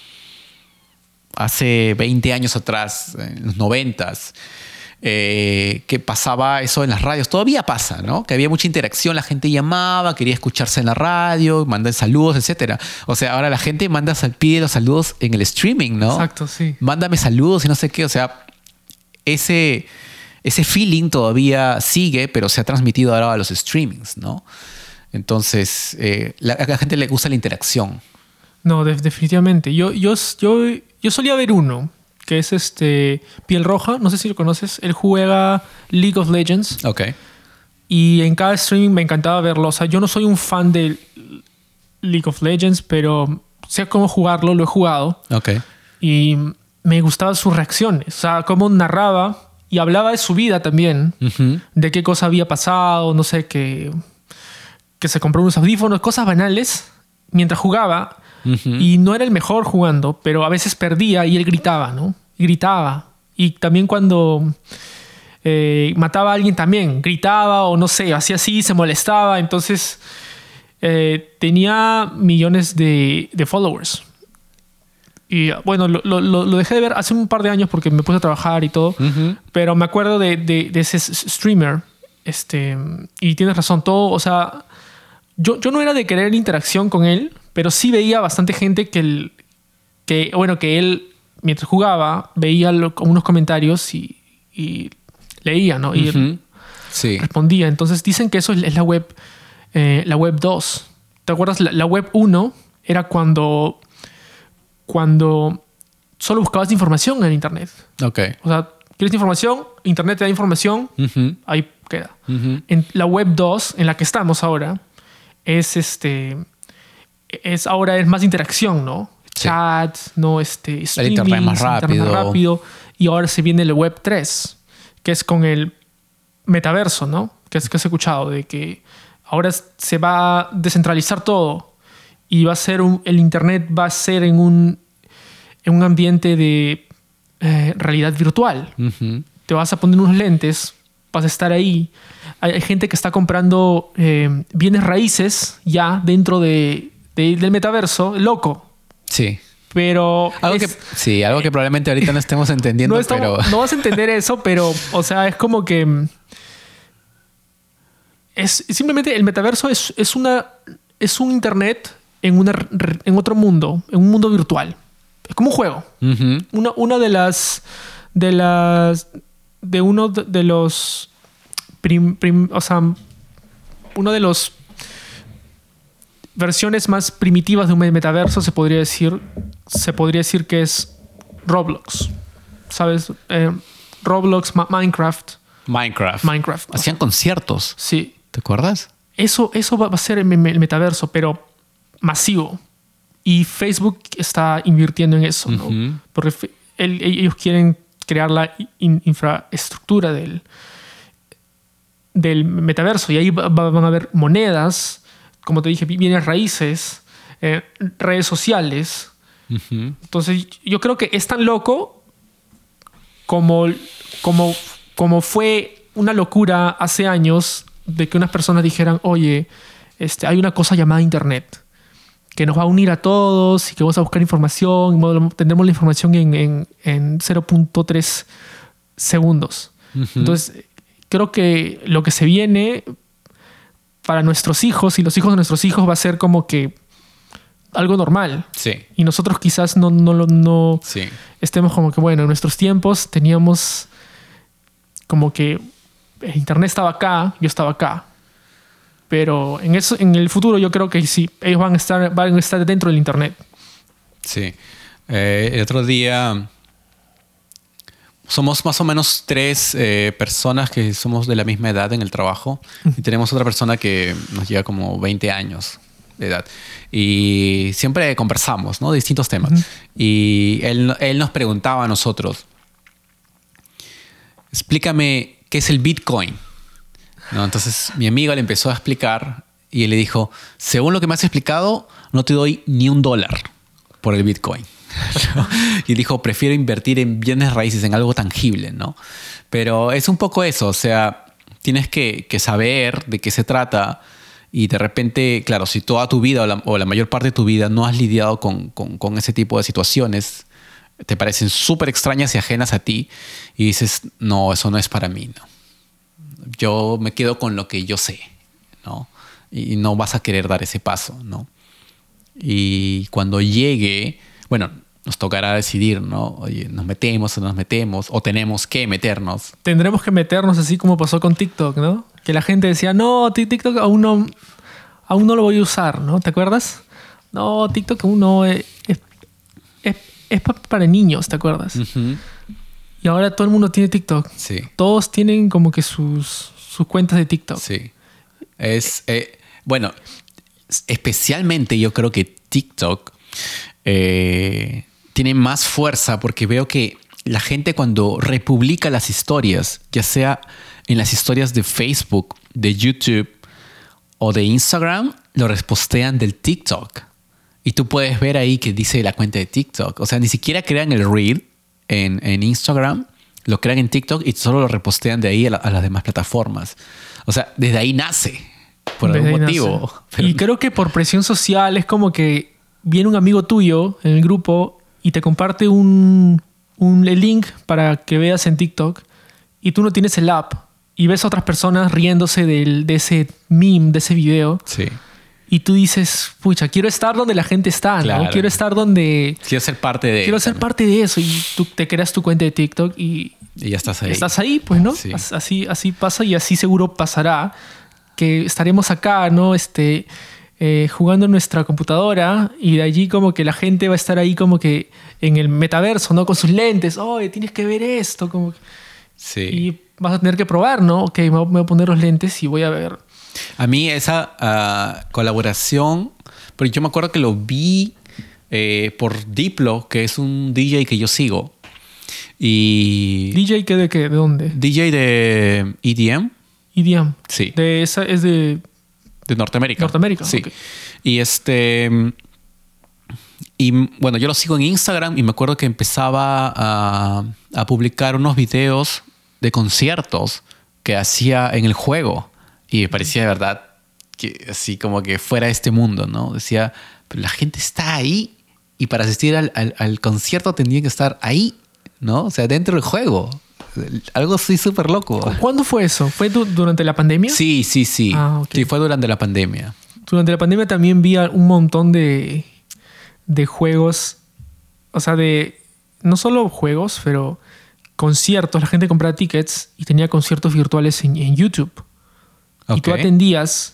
hace veinte años atrás, en los noventas, eh, que pasaba eso en las radios. Todavía pasa, ¿no? Que había mucha interacción, la gente llamaba, quería escucharse en la radio, mandar saludos, etcétera. O sea, ahora la gente manda, sal- pide los saludos en el streaming, ¿no? Exacto, sí. Mándame saludos y no sé qué. O sea, ese, ese feeling todavía sigue, pero se ha transmitido ahora a los streamings, ¿no? Entonces, eh, la- a la gente le gusta la interacción. No, de- definitivamente. Yo, yo, yo, yo solía ver uno, que es este Piel Roja, no sé si lo conoces. Él juega League of Legends Ok. y en cada streaming me encantaba verlo. O sea, yo no soy un fan de League of Legends, pero sé cómo jugarlo, lo he jugado. Ok. Y me gustaban sus reacciones. O sea, cómo narraba y hablaba de su vida también. Ujú. De qué cosa había pasado, no sé, que, que se compró unos audífonos, cosas banales, mientras jugaba. Ujú. Y no era el mejor jugando, pero a veces perdía y él gritaba, ¿no? Y gritaba. Y también cuando eh, mataba a alguien también, gritaba o no sé, hacía así, se molestaba. Entonces eh, tenía millones de, de followers. Y bueno, lo, lo, lo dejé de ver hace un par de años porque me puse a trabajar y todo. Ujú. Pero me acuerdo de, de, de ese s- streamer. Este, y tienes razón, todo, o sea, yo, yo no era de querer interacción con él, pero sí veía bastante gente que, el, que bueno, que él, mientras jugaba, veía lo- unos comentarios y, y leía, ¿no? Y Ujú. Sí. respondía. Entonces dicen que eso es es la web, eh, la web dos. ¿Te acuerdas? La, la web uno era cuando, cuando solo buscabas información en internet. Ok. O sea, ¿Quieres información? Internet te da información. Ujú. Ahí queda. Ujú. En la web dos, en la que estamos ahora, es este... Es, ahora es más interacción, ¿no? Sí. Chat, ¿no? Este, streaming, internet más rápido. rápido. Y ahora se viene el web tres, que es con el metaverso, ¿no? Que es que has escuchado, de que ahora se va a descentralizar todo y va a ser un, el internet va a ser en un, en un ambiente de eh, realidad virtual. Ujú. Te vas a poner unos lentes, vas a estar ahí. Hay, hay gente que está comprando eh, bienes raíces ya dentro de, de- del metaverso, loco. Sí. Pero Algo es- que, sí, algo que probablemente ahorita no estemos entendiendo, no, estamos- pero... no vas a entender eso, pero, o sea, es como que mm, es simplemente el metaverso es, es una es un internet en una r- en otro mundo, en un mundo virtual. Es como un juego. Ujú. Una, una de las de las de uno de, de los prim- prim- o sea, uno de los versiones más primitivas de un metaverso se podría decir se podría decir que es Roblox. ¿Sabes? Eh, Roblox, Ma- Minecraft, Minecraft. Minecraft. Hacían conciertos. Sí. ¿Te acuerdas? Eso, eso va va a ser el, me- el metaverso, pero masivo. Y Facebook está invirtiendo en eso, ¿no? Ujú. Porque fe- el- ellos quieren crear la in- infraestructura del, del metaverso. Y ahí va- va- van a haber monedas, como te dije, bienes raíces, eh, redes sociales. Ujú. Entonces, yo creo que es tan loco como, como, como fue una locura hace años de que unas personas dijeran, oye, este, hay una cosa llamada Internet que nos va a unir a todos y que vamos a buscar información, y mo- tendremos la información en, en, en cero punto tres segundos. Ujú. Entonces, creo que lo que se viene para nuestros hijos y los hijos de nuestros hijos va a ser como que algo normal. Sí, Y nosotros quizás no, no, lo- no sí. estemos como que, bueno, en nuestros tiempos teníamos como que el internet estaba acá, yo estaba acá. Pero en, eso, en el futuro yo creo que sí, ellos van a estar, van a estar dentro del internet. Sí. Eh, el otro día somos más o menos tres eh, personas que somos de la misma edad en el trabajo y tenemos otra persona que nos lleva como veinte años de edad. Y siempre conversamos, ¿no? De distintos temas. Ujú. Y él, él nos preguntaba a nosotros, explícame qué es el Bitcoin. ¿No? Entonces mi amigo le empezó a explicar y él le dijo, según lo que me has explicado, no te doy ni un dólar por el Bitcoin. Y dijo, prefiero invertir en bienes raíces, en algo tangible, ¿no? Pero es un poco eso, o sea, tienes que, que saber de qué se trata y de repente, claro, si toda tu vida o la, o la mayor parte de tu vida no has lidiado con, con, con ese tipo de situaciones, te parecen súper extrañas y ajenas a ti y dices, no, eso no es para mí, ¿no? Yo me quedo con lo que yo sé, ¿no? Y no vas a querer dar ese paso, ¿no? Y cuando llegue, bueno, nos tocará decidir, ¿no? Oye, nos metemos o no nos metemos, o tenemos que meternos. Tendremos que meternos así como pasó con TikTok, ¿no? Que la gente decía, no, Ti- TikTok aún no, aún no lo voy a usar, ¿no? ¿Te acuerdas? No, TikTok aún no, es, es, es- es pa- para niños, ¿te acuerdas? Ujú. Y ahora todo el mundo tiene TikTok. Sí, Todos tienen como que sus, sus cuentas de TikTok. sí. Es, eh, bueno, especialmente yo creo que TikTok eh, tiene más fuerza porque veo que la gente cuando republica las historias, ya sea en las historias de Facebook, de YouTube o de Instagram, lo repostean del TikTok. Y tú puedes ver ahí que dice la cuenta de TikTok. O sea, ni siquiera crean el reel en, en Instagram, lo crean en TikTok y solo lo repostean de ahí a, la- a las demás plataformas. O sea, desde ahí nace, por Desde algún ahí nace. motivo. Pero- Y creo que por presión social es como que viene un amigo tuyo en el grupo y te comparte un, un link para que veas en TikTok y tú no tienes el app y ves a otras personas riéndose del, de ese meme, de ese video Sí. y tú dices, pucha, quiero estar donde la gente está, ¿no? Claro. Quiero estar donde... Quiero ser parte de... Quiero ser parte de eso y tú te creas tu cuenta de TikTok y Y ya estás ahí. estás ahí, pues, ¿no? Sí. As- Así, así pasa y así seguro pasará que estaremos acá, ¿no? Este, eh, jugando en nuestra computadora y de allí como que la gente va a estar ahí como que en el metaverso, ¿no? Con sus lentes. Oye, tienes que ver esto. Como que- Sí. Y vas a tener que probar, ¿no? Ok, me voy a poner los lentes y voy a ver. A mí esa uh, colaboración, pero yo me acuerdo que lo vi eh, por Diplo, que es un D J que yo sigo. Y ¿D J qué de qué? ¿De dónde? D J de E D M. E D M. Sí. De esa, es de... De Norteamérica. Norteamérica, sí. okay. Y este... Y bueno, yo lo sigo en Instagram y me acuerdo que empezaba a, a publicar unos videos de conciertos que hacía en el juego. Y me parecía de verdad que así como que fuera este mundo, ¿no? Decía, pero la gente está ahí y para asistir al, al, al concierto tendrían que estar ahí, ¿no? O sea, dentro del juego. Algo así súper loco. ¿Cuándo fue eso? ¿Fue du- durante la pandemia? Sí, sí, sí. Ah, okay. Sí, fue durante la pandemia. Durante la pandemia también vi un montón de, de juegos, o sea, de no solo juegos, pero conciertos. La gente compraba tickets y tenía conciertos virtuales en, en YouTube. Okay. Y tú atendías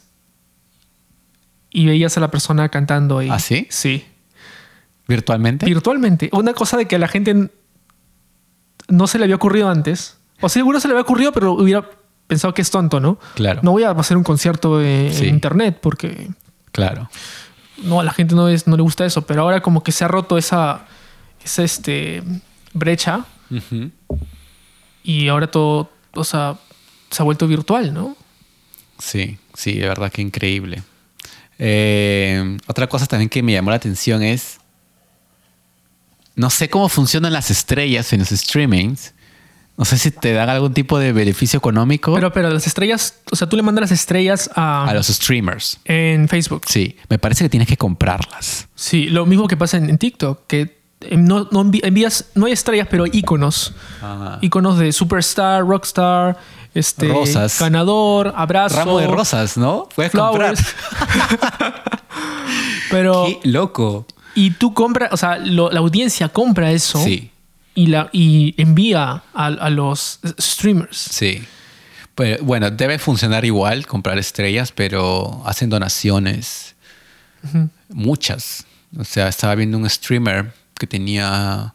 y veías a la persona cantando ahí. ¿Ah, sí? Sí. ¿Virtualmente? Virtualmente. Una cosa de que a la gente no se le había ocurrido antes. O sea, seguro se le había ocurrido, pero hubiera pensado que es tonto, ¿no? Claro. No voy a hacer un concierto en, Sí. en internet porque... Claro. No, a la gente no, es, no le gusta eso. Pero ahora como que se ha roto esa, esa este, brecha. Uh-huh. Y ahora todo, o sea, se ha vuelto virtual, ¿no? Sí, sí, de verdad que increíble. Eh, otra cosa también que me llamó la atención es... No sé cómo funcionan las estrellas en los streamings. No sé si te dan algún tipo de beneficio económico. Pero, pero las estrellas, o sea, tú le mandas las estrellas a... A los streamers. En Facebook. Sí, me parece que tienes que comprarlas. Sí, lo mismo que pasa en, en TikTok, que no, no envi- envías, no hay estrellas, pero hay iconos. Ah. Iconos de superstar, rockstar, este, Rosas. ganador, abrazo. Ramo de rosas, ¿no? Puedes flowers. comprar. Pero, Qué loco. y tú compras, o sea, lo- la audiencia compra eso Sí, y, la, y envía a, a los streamers. sí. Pero, bueno, debe funcionar igual comprar estrellas, pero hacen donaciones. Ujú. Muchas. O sea, estaba viendo un streamer que tenía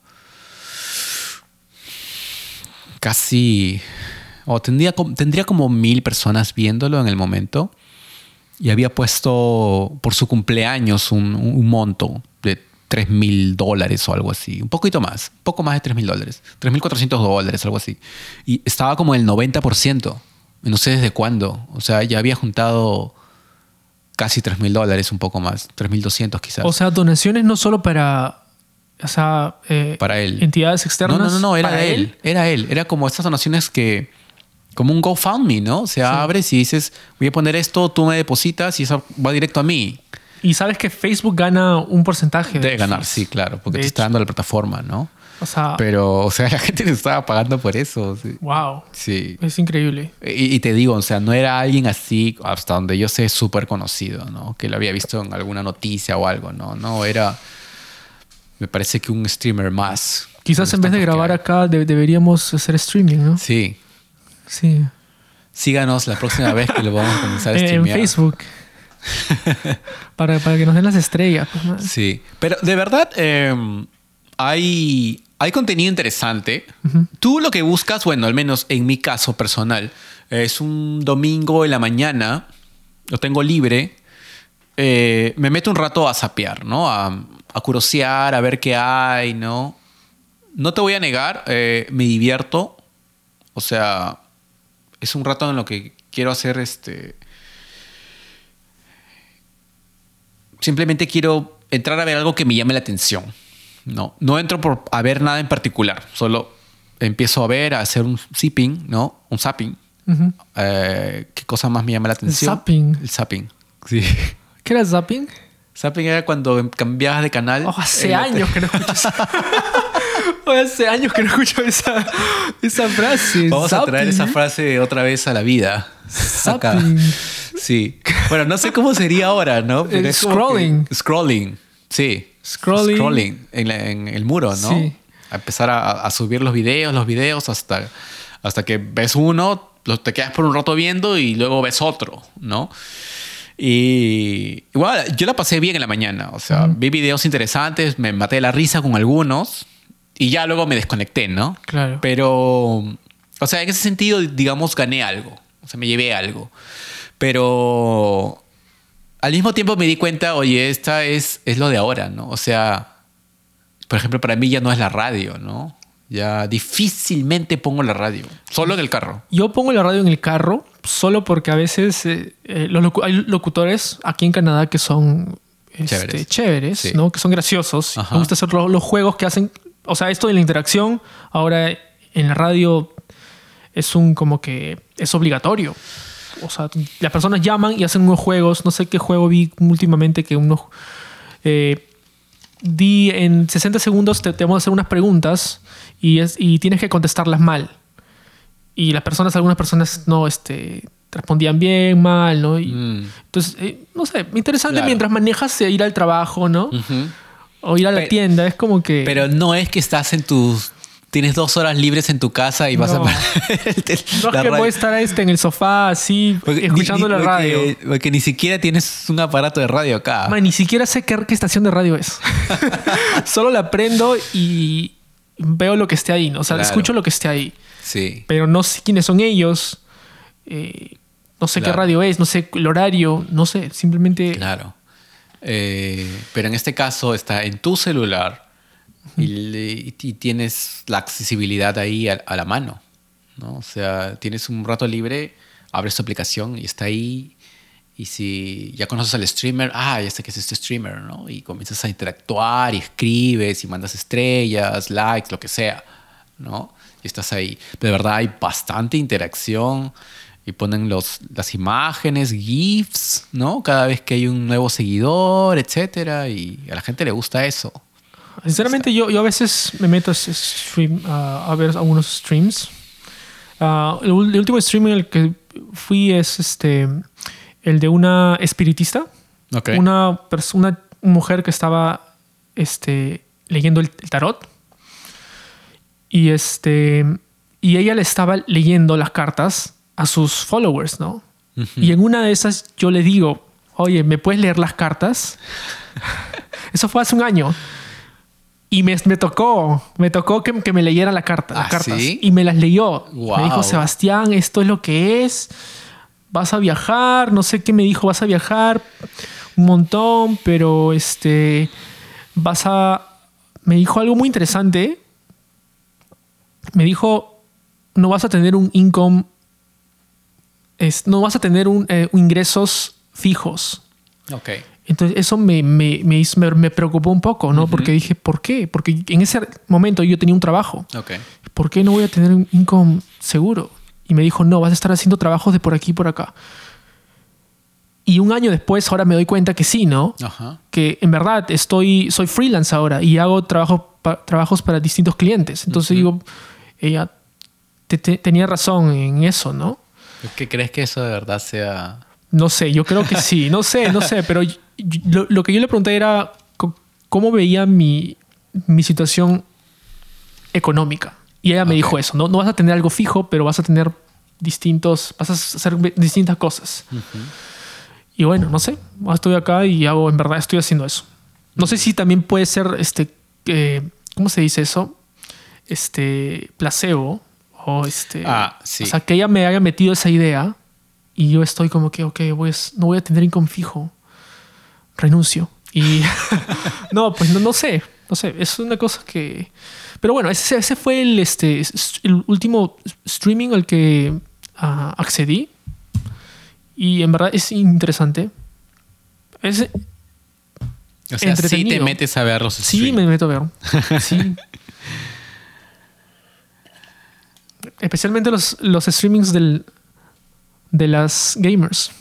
casi... O tendría, com- tendría como mil personas viéndolo en el momento. Y había puesto por su cumpleaños un, un monto de tres mil dólares o algo así. Un poquito más. Un poco más de tres mil dólares. tres mil cuatrocientos dólares, algo así. Y estaba como el noventa por ciento. No sé desde cuándo. O sea, ya había juntado casi tres mil dólares, un poco más. tres mil doscientos quizás. O sea, donaciones no solo para, o sea, eh, Para él. entidades externas. No, no, no, no, era para él. Era él. Era como estas donaciones que... Como un GoFundMe, ¿no? O sea, Sí. abres y dices, voy a poner esto, tú me depositas y eso va directo a mí. Y sabes que Facebook gana un porcentaje. Debe de ganar, fees. sí, claro, porque De te está hecho. dando la plataforma, ¿no? O sea, Pero, o sea, la gente le estaba pagando por eso. Sí. wow. Sí. Es increíble. Y, y te digo, o sea, no era alguien así, hasta donde yo sé, súper conocido, ¿no? Que lo había visto en alguna noticia o algo, ¿no? No, era... Me parece que un streamer más. Quizás Con en vez de los tantos grabar que hay. acá de- deberíamos hacer streaming, ¿no? Sí. Sí. Síganos la próxima vez que lo vamos a comenzar a En, en streamear. Facebook. para, para que nos den las estrellas. Pues, man. Sí, pero de verdad eh, hay, hay contenido interesante. Ujú. Tú lo que buscas, bueno, al menos en mi caso personal, es un domingo en la mañana, lo tengo libre, eh, me meto un rato a zapear, ¿no? A, a curiosear, a ver qué hay, ¿no? No te voy a negar, eh, me divierto. O sea, es un rato en lo que quiero hacer este... Simplemente quiero entrar a ver algo que me llame la atención. No, no entro por a ver nada en particular. Solo empiezo a ver, a hacer un zipping, ¿no? Un zapping. Ujú. Eh, ¿Qué cosa más me llama la atención? zapping. El zapping. Sí. ¿Qué era zapping? Zapping era cuando cambiabas de canal. Oh, hace en la años te- que no escucho esa... Oh, hace años que no escucho esa, esa frase. Vamos a Zapping. traer esa frase otra vez a la vida. Acá. Zapping. Sí. Bueno, no sé cómo sería ahora, ¿no? El es como scrolling. que- Scrolling. Sí. Scrolling. Scrolling en, la- en el muro, ¿no? Sí. A empezar a, a subir los videos, los videos, hasta, hasta que ves uno, lo- te quedas por un rato viendo y luego ves otro, ¿no? Y igual, yo la pasé bien en la mañana. O sea, Ujú. vi videos interesantes, me maté de la risa con algunos y ya luego me desconecté, ¿no? Claro. Pero O sea, en ese sentido, digamos, gané algo. O sea, me llevé algo. Pero al mismo tiempo me di cuenta, oye, esta es, es lo de ahora, ¿no? O sea, por ejemplo, para mí ya no es la radio, ¿no? Ya difícilmente pongo la radio. Solo en el carro. Yo pongo la radio en el carro solo porque a veces eh, eh, los locu- hay locutores aquí en Canadá que son este, Chéveres. chéveres, Sí. ¿no? Que son graciosos. Ajá. Me gusta hacer lo- los juegos que hacen. O sea, esto de la interacción, ahora en la radio es un como que es obligatorio. O sea, las personas llaman y hacen unos juegos. No sé qué juego vi últimamente que unos... Eh, di en sesenta segundos te, te vamos a hacer unas preguntas y, es, y tienes que contestarlas mal. Y las personas, algunas personas no este, respondían bien, mal, ¿no? Y, Mm. Entonces, eh, no sé, interesante Claro. mientras manejas eh, ir al trabajo, ¿no? Ujú. O ir a la Pero- tienda, es como que... Pero no es que estás en tus... Tienes dos horas libres en tu casa y vas No. a poner el tel- no es la que radio. voy a estar este, en el sofá así, Porque escuchando ni- la ni- radio. Porque, porque ni siquiera tienes un aparato de radio acá. Man, ni siquiera sé qué, qué estación de radio es. Solo la prendo y veo lo que esté ahí, ¿no? O sea, Claro. escucho lo que esté ahí. Sí. Pero no sé quiénes son ellos. eh, no sé Claro. qué radio es, no sé el horario, no sé. Simplemente... Claro. Eh, pero en este caso está en tu celular y, le- y tienes la accesibilidad ahí a, a la mano, ¿no? O sea, tienes un rato libre, abres tu aplicación y está ahí. Y si ya conoces al streamer, ah, ya sé que es este streamer, ¿no? Y comienzas a interactuar y escribes y mandas estrellas, likes, lo que sea, ¿no? Y estás ahí. De verdad hay bastante interacción y ponen los, las imágenes, GIFs, ¿no? Cada vez que hay un nuevo seguidor, etcétera. Y a la gente le gusta eso. Sinceramente, yo, yo a veces me meto a, ese stream, a, a ver algunos streams. Ah, el, ul- el último stream en el que fui es este, el de una espiritista. Ok. Una, pers- una mujer que estaba este, leyendo el, el tarot. Y, este, y ella le estaba leyendo las cartas a sus followers, ¿no? Ujú. Y en una de esas yo le digo, oye, ¿me puedes leer las cartas? Eso fue hace un año. Y me, me tocó, me tocó que, que me leyera la carta, las ¿Ah, cartas. sí? Y me las leyó. Wow. Me dijo, Sebastián, esto es lo que es. Vas a viajar, no sé qué me dijo, vas a viajar un montón, pero este, vas a... Me dijo algo muy interesante. Me dijo, no vas a tener un income, es, no vas a tener un, eh, ingresos fijos. Ok. Entonces eso me, me, me, hizo- me- me preocupó un poco, ¿no? Ujú. Porque dije, ¿por qué? Porque en ese momento yo tenía un trabajo. Ok. ¿Por qué no voy a tener un income seguro? Y me dijo, no, vas a estar haciendo trabajos de por aquí y por acá. Y un año después, ahora me doy cuenta que sí, ¿no? Ajá. Que en verdad estoy, soy freelance ahora y hago trabajo, pa- trabajos para distintos clientes. Entonces Ujú. digo, ella te- te- tenía razón en eso, ¿no? ¿Qué crees que eso de verdad sea...? No sé, yo creo que sí. No sé, no sé, pero yo- yo- lo, lo que yo le pregunté era co- cómo veía mi, mi situación económica. Y ella me Ok. dijo eso, ¿no? No vas a tener algo fijo, pero vas a tener distintos, vas a hacer distintas cosas. Y bueno, no sé, ahora estoy acá y hago, en verdad estoy haciendo eso. No sé si también puede ser, este, eh, ¿cómo se dice eso? Este, placebo o este... Ah, sí. O sea, que ella me haya metido esa idea y yo estoy como que, ok, voy a- no voy a tener income fijo. Renuncio. Y no, pues no, no sé, no sé, es una cosa que... Pero bueno, ese, ese fue el, este, el último streaming al que ah, accedí. Y en verdad es interesante. Es, O sea, sí entretenido. te metes a ver los sí, streams. me meto a ver. Sí. Especialmente los, los streamings del, de las gamers.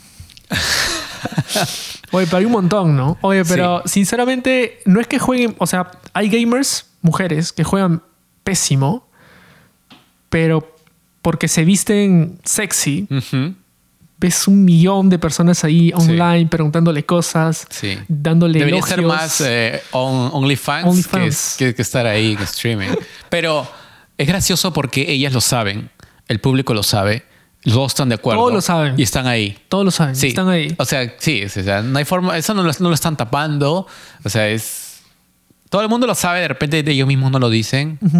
Oye, pero hay un montón, ¿no? Oye, pero sinceramente, no es que jueguen... O sea, hay gamers, mujeres, que juegan pésimo, pero porque se visten sexy, Ujú. ves un millón de personas ahí online preguntándole cosas, Sí. dándole Debería elogios. ser más eh, on- OnlyFans, OnlyFans. Que, que- que estar ahí en streaming. Pero es gracioso porque ellas lo saben, el público lo sabe, los dos están de acuerdo. Todos lo saben. Y están ahí. Todos lo saben, Sí. están ahí. O sea, sí, o sea, no hay forma, eso no lo, no lo están tapando. O sea, es... Todo el mundo lo sabe, de repente ellos mismos no lo dicen, Ujú.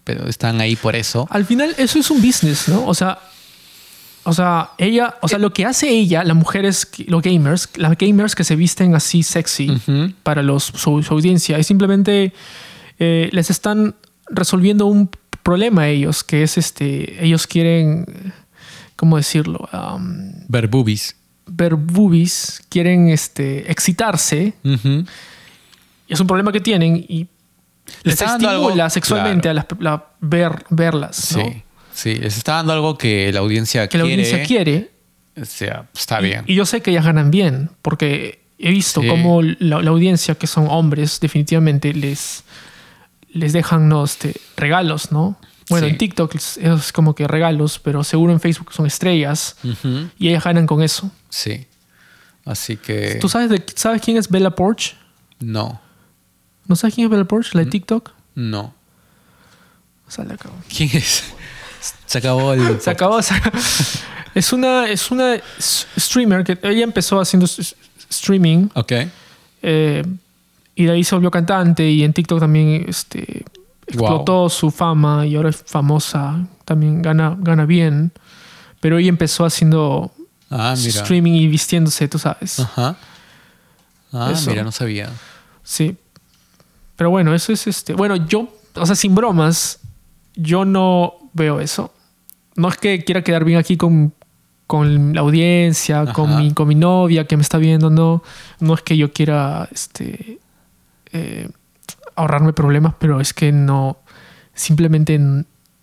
pero están ahí por eso. Al final, eso es un business, ¿no? O sea, o sea, ella, o sea, lo que hace ella, las mujeres, los gamers, las gamers que se visten así sexy Uh-huh. para los, su, su audiencia, es simplemente eh, les están resolviendo un problema a ellos, que es este, ellos quieren, ¿cómo decirlo? Um, Ver boobies. ver boobies, quieren este, excitarse. Uh-huh. Es un problema que tienen y Le les está dando estimula algo- sexualmente claro. a las, la- ver, verlas, Sí, ¿no? sí, les está dando algo que la audiencia Que la quiere. audiencia quiere. O sea, está Y- bien. Y, yo sé que ellas ganan bien, porque he visto Sí. cómo la, la audiencia, que son hombres, definitivamente les, les dejan ¿no? este, regalos, ¿no? Bueno, Sí. en TikTok es, es como que regalos, pero seguro en Facebook son estrellas Ujú. y ellas ganan con eso. Sí. Así que... ¿Tú sabes, de, sabes quién es Bella Poarch? No, ¿No sabes quién es Bella Poarch? La Mm. de TikTok. no. Sale acá. ¿Quién es? Se acabó el... Se acabó. se acabó. Es una, es una s- streamer que ella empezó haciendo s- s- streaming Ok. eh, y de ahí se volvió cantante y en TikTok también este, explotó su fama y ahora es famosa. También gana, gana bien. Pero ella empezó haciendo Ah, mira. streaming y vistiéndose, tú sabes. Ajá. Ah, Eso. mira, no sabía. Sí. Pero bueno, eso es este. Bueno, yo, o sea, sin bromas, yo no veo eso. No es que quiera quedar bien aquí con, con la audiencia, con Ajá. mi, con mi novia que me está viendo, no. No es que yo quiera este, eh, ahorrarme problemas, pero es que no. Simplemente n-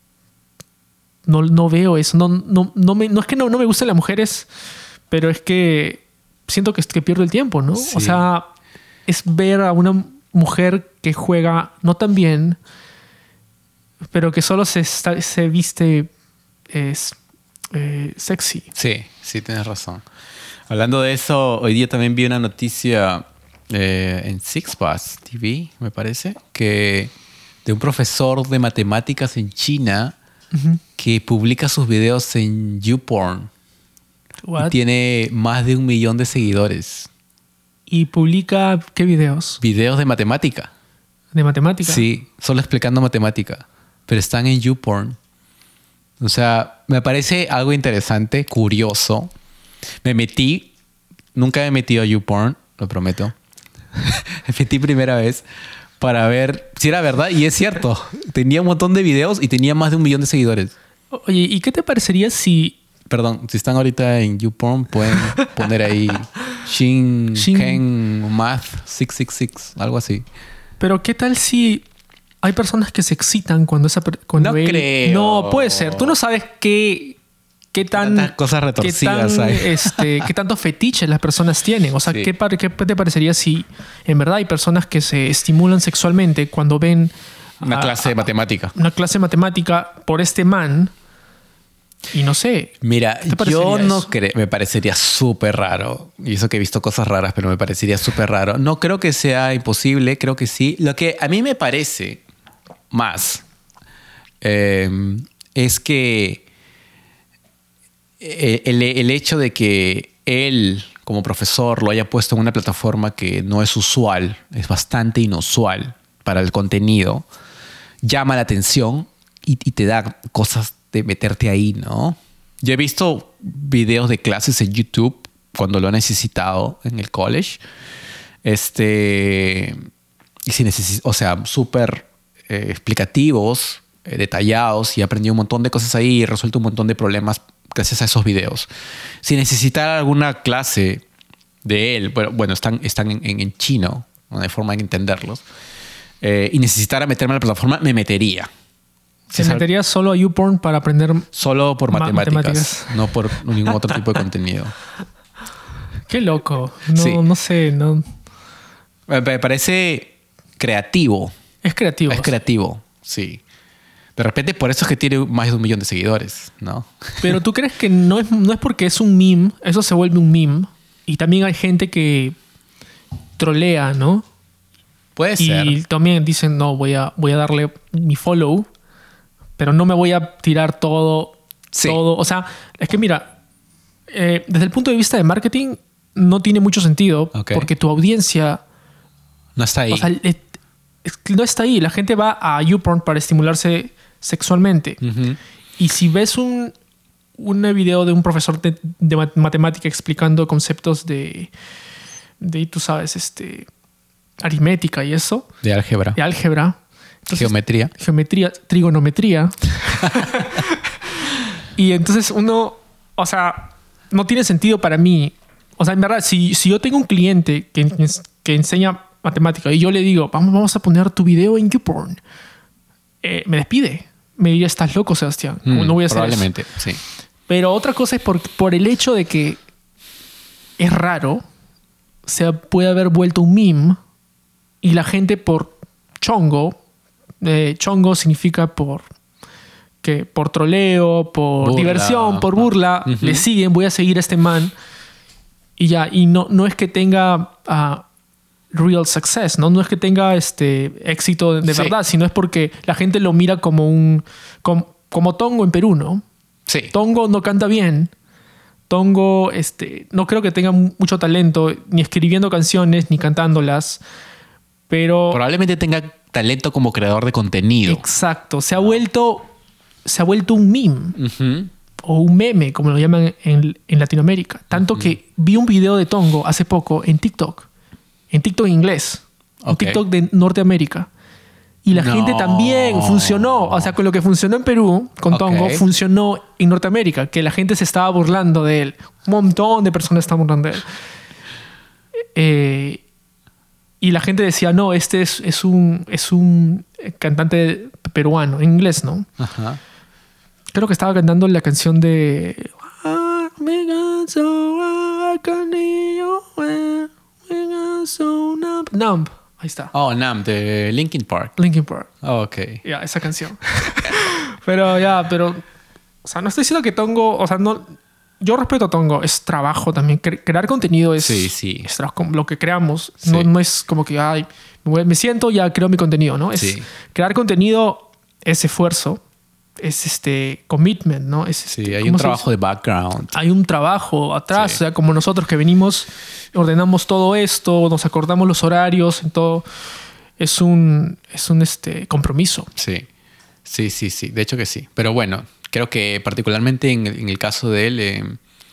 no, no veo eso. No, no, no, me, no es que no, no me gusten las mujeres, pero es que siento que, que pierdo el tiempo, ¿no? Sí. O sea, es ver a una mujer que juega no tan bien, pero que solo se, está- se viste es, eh, sexy. Sí, sí, tienes razón. Hablando de eso, hoy día también vi una noticia eh, en Six Bus T V, me parece, que de un profesor de matemáticas en China Ujú. que publica sus videos en YouPorn y What? tiene más de un millón de seguidores. Y publica qué videos Videos de matemática. de matemática. Sí, solo explicando matemática. Pero están en YouPorn. O sea, me parece algo interesante, curioso. Me metí, nunca me he metido a YouPorn, lo prometo. Me metí primera vez para ver si era verdad. Y es cierto, tenía un montón de videos y tenía más de un millón de seguidores. Oye, ¿y qué te parecería si Perdón, si están ahorita en YouPorn, pueden poner ahí Shin, Shin- Ken Math seiscientos sesenta y seis, algo así. Pero qué tal si hay personas que se excitan cuando esa per- cuando No él- creo. No, puede ser. Tú no sabes qué qué tan Tantas cosas retorcidas qué tan, hay. este, qué tantos fetiches las personas tienen. O sea, Sí. ¿qué, par- qué te parecería si en verdad hay personas que se estimulan sexualmente cuando ven Una a- clase de matemática. una clase de matemática por este man? Y no sé. Mira, ¿Qué te parecería yo no eso? creo, me parecería súper raro. Y eso que he visto cosas raras, pero me parecería súper raro. No creo que sea imposible, creo que sí. Lo que a mí me parece más eh, es que el, el hecho de que él, como profesor, lo haya puesto en una plataforma que no es usual, es bastante inusual para el contenido, llama la atención y, y te da cosas de meterte ahí, ¿no? Yo he visto videos de clases en YouTube cuando lo he necesitado en el college. Este, y si neces- o sea, súper eh, explicativos, eh, detallados, y he aprendido un montón de cosas ahí y he resuelto un montón de problemas gracias a esos videos. Si necesitara alguna clase de él, bueno, bueno están, están en, en, en chino, no hay forma de entenderlos, eh, y necesitara meterme a la plataforma, me metería. ¿Se Si es metería solo a YouPorn para aprender? Solo por Ma- matemáticas, matemáticas. no por ningún otro tipo de contenido. Qué loco. No, Sí. no sé. No. Me me parece creativo. Es creativo. Es creativo, sí. De repente por eso es que tiene más de un millón de seguidores, ¿no? Pero tú crees que no es, no es porque es un meme, eso se vuelve un meme. Y también hay gente que trolea, ¿no? Puede Y ser. también dicen, no, voy a, voy a darle mi follow, pero no me voy a tirar todo. Sí. todo. O sea, es que mira, eh, desde el punto de vista de marketing, no tiene mucho sentido Ok. porque tu audiencia No está ahí. o sea, le- es que no está ahí. La gente va a YouPorn para estimularse sexualmente. Ujú. Y si ves un, un video de un profesor de, de mat- matemática explicando conceptos de, de, tú sabes, este, aritmética y eso, De álgebra. de álgebra, entonces, Geometría. geometría, trigonometría. Y entonces uno, o sea, no tiene sentido para mí. O sea, en verdad, si, si yo tengo un cliente que, que enseña matemática y yo le digo, vamos, vamos a poner tu video en YouPorn, eh, me despide. Me diría, estás loco, Sebastián. Mm, no voy a hacer probablemente, eso. sí. Pero otra cosa es por, por el hecho de que es raro, se puede haber vuelto un meme y la gente por chongo, eh, chongo significa por que por troleo, por Burla. diversión, por burla, Ujú. le siguen, voy a seguir a este man y ya, y no, no es que tenga uh, real success, ¿no? No es que tenga este éxito de, de Sí. verdad, sino es porque la gente lo mira como un como, como Tongo en Perú, ¿no? Sí. Tongo no canta bien. Tongo este, no creo que tenga mucho talento, ni escribiendo canciones, ni cantándolas. Pero. Probablemente tenga talento como creador de contenido. Exacto. Se ha vuelto. Se ha vuelto un meme. Ujú. O un meme, como lo llaman en, en Latinoamérica. Tanto que vi un video de Tongo hace poco en TikTok. En TikTok en inglés. En Ok. TikTok de Norteamérica. Y la No. gente también funcionó. O sea, con lo que funcionó en Perú, con Ok. Tongo, funcionó en Norteamérica. Que la gente se estaba burlando de él. Un montón de personas estaban burlando de él. Eh, y la gente decía, no, este es, es, un, es un cantante peruano. En inglés, ¿no? Ajá. Creo que estaba cantando la canción de... Numb. Ahí está. Oh, Nam, de Linkin Park. Linkin Park. Oh, ok. Ya, esa canción. Pero ya, pero... O sea, no estoy diciendo que Tongo... O sea, no... Yo respeto a Tongo. Es trabajo también. Cre- crear contenido es... Sí, sí. Es trabajo, lo que creamos. Sí. No, no es como que... Ay, me voy- me siento, ya creo mi contenido, ¿no? Es, Sí. Crear contenido es esfuerzo. Es este... Commitment, ¿no? Es Sí, este, hay ¿cómo un se trabajo dice? de background. Hay un trabajo atrás, Sí. o sea, como nosotros que venimos, ordenamos todo esto, nos acordamos los horarios, en todo, es un, es un este, compromiso. Sí. Sí, sí, sí. De hecho que sí. Pero bueno, creo que particularmente en, el- en el caso de él, eh,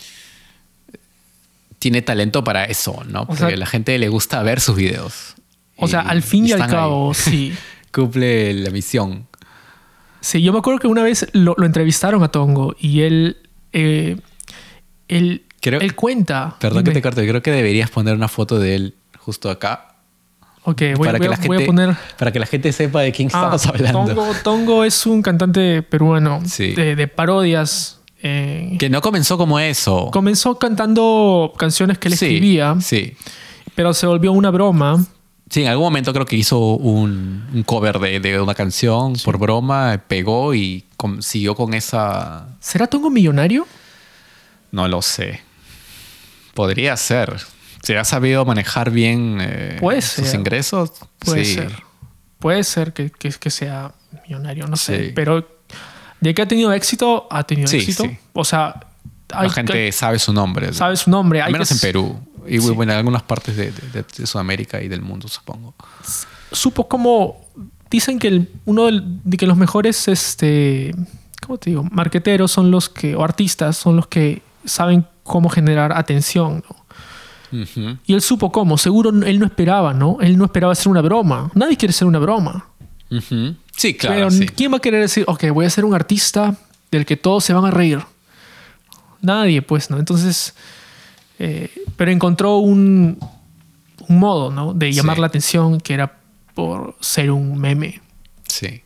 tiene talento para eso, ¿no? Porque sea- a la gente le gusta ver sus videos. O sea, Y- al fin y, al están ahí. cabo, sí. Cumple la misión. Sí, yo me acuerdo que una vez lo, lo entrevistaron a Tongo y él, eh, él, Creo- él cuenta. Perdón Dime. que te corte. Creo que deberías poner una foto de él justo acá. Ok, voy, para, voy que a, la voy a gente, poner... para que la gente sepa de quién Ah, estamos hablando. Tongo, Tongo es un cantante peruano Sí. de, de parodias. eh, Que no comenzó como eso. Comenzó cantando canciones que él Sí, escribía, Sí. pero se volvió una broma. Sí, en algún momento creo que hizo un, un cover de, de una canción por broma, pegó y con- siguió con esa... ¿Será Tongo millonario? No lo sé. Podría ser. Si ha sabido manejar bien eh, Puede sus ser. ingresos. Puede sí. ser. Puede ser que, que, que sea millonario, no sé. Sí. Pero de que ha tenido éxito, ha tenido Sí, éxito. sí. O sea, La hay- gente que- sabe su nombre. sabe su nombre. Al Hay menos que en s- Perú. Y Sí. bueno, en algunas partes de, de- de Sudamérica y del mundo, supongo. Supo cómo... Dicen que el- uno del- de que los mejores, este, ¿cómo te digo? Marqueteros son los que, o artistas, son los que saben cómo generar atención, ¿no? Ujú. Y él supo cómo. Seguro él no esperaba, ¿no? Él no esperaba hacer una broma. Nadie quiere ser una broma. Ujú. Sí, claro. Pero sí. ¿quién va a querer decir, ok, voy a ser un artista del que todos se van a reír? Nadie, pues, ¿no? Entonces, eh, pero encontró un, un modo, ¿no? De llamar Sí. la atención que era por ser un meme. Sí.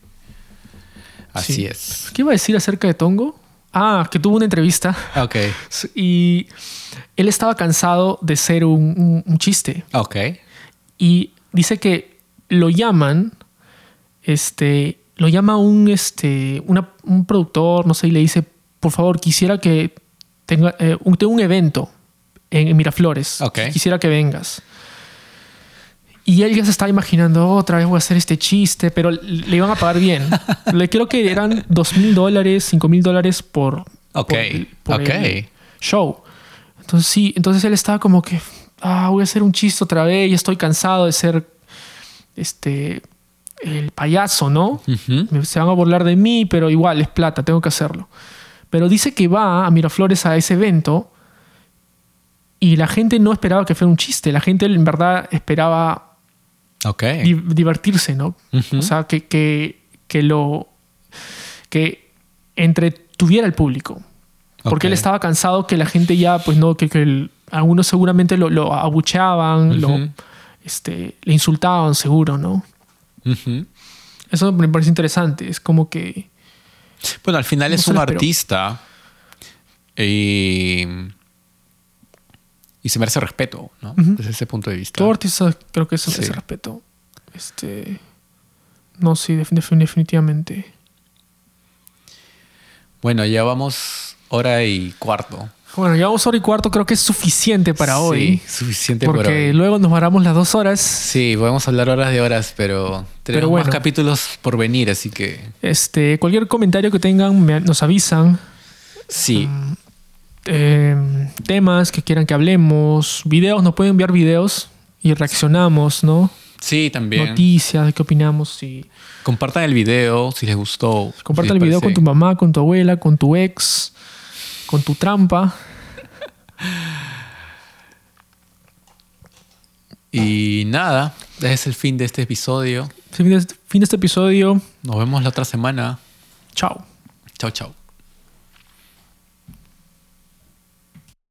Así Sí. es. ¿Qué iba a decir acerca de Tongo? Ah, que tuvo una entrevista Ok. y él estaba cansado de ser un, un- un chiste. Ok. Y dice que lo llaman, este, lo llama un, este, una- un productor, no sé, y le dice, por favor, quisiera que tenga eh, un, tengo un evento en, en Miraflores. Ok. Quisiera que vengas. Y él ya se estaba imaginando, "Oh, otra vez voy a hacer este chiste, pero le iban a pagar bien. Le creo que eran dos mil dólares, cinco mil dólares por, Ok, por, el- por ok. el show. Entonces sí, entonces él estaba como que, ah, voy a hacer un chiste otra vez y estoy cansado de ser, este, el payaso, ¿no? Ujú. Se van a burlar de mí, pero igual es plata, tengo que hacerlo. Pero dice que va a Miraflores a ese evento y la gente no esperaba que fuera un chiste. La gente en verdad esperaba Ok. di- divertirse, ¿no? Ujú. O sea, que, que, que lo... que entretuviera al público. Porque Ok. él estaba cansado que la gente ya, pues no, que, que el- algunos seguramente lo, lo abucheaban, lo, Ujú. este, le insultaban seguro, ¿no? Ujú. Eso me parece interesante. Es como que... Bueno, al final No es se un lo esperó. artista y, y se merece respeto, ¿no? Ujú. Desde ese punto de vista. Todo artista creo que eso Sí. ese respeto. Este... No, sí, defin- defin- definitivamente. Bueno, ya vamos hora y cuarto. Bueno, llevamos hora y cuarto, creo que es suficiente para Sí, hoy. suficiente por Porque hoy. luego nos varamos las dos horas. Sí, podemos hablar horas de horas, pero tenemos bueno. más capítulos por venir, así que Este, cualquier comentario que tengan, me- nos avisan. sí. Eh, temas que quieran que hablemos. Videos, nos pueden enviar videos y reaccionamos, ¿no? Sí, también. Noticias, de qué opinamos. Si... Compartan el video si les gustó. Comparte si el les video con parece. tu mamá, con tu abuela, con tu ex, con tu trampa. Y nada, ese es el fin de este episodio. Fin de, fin de este episodio. Nos vemos la otra semana. Chao. Chao, chao.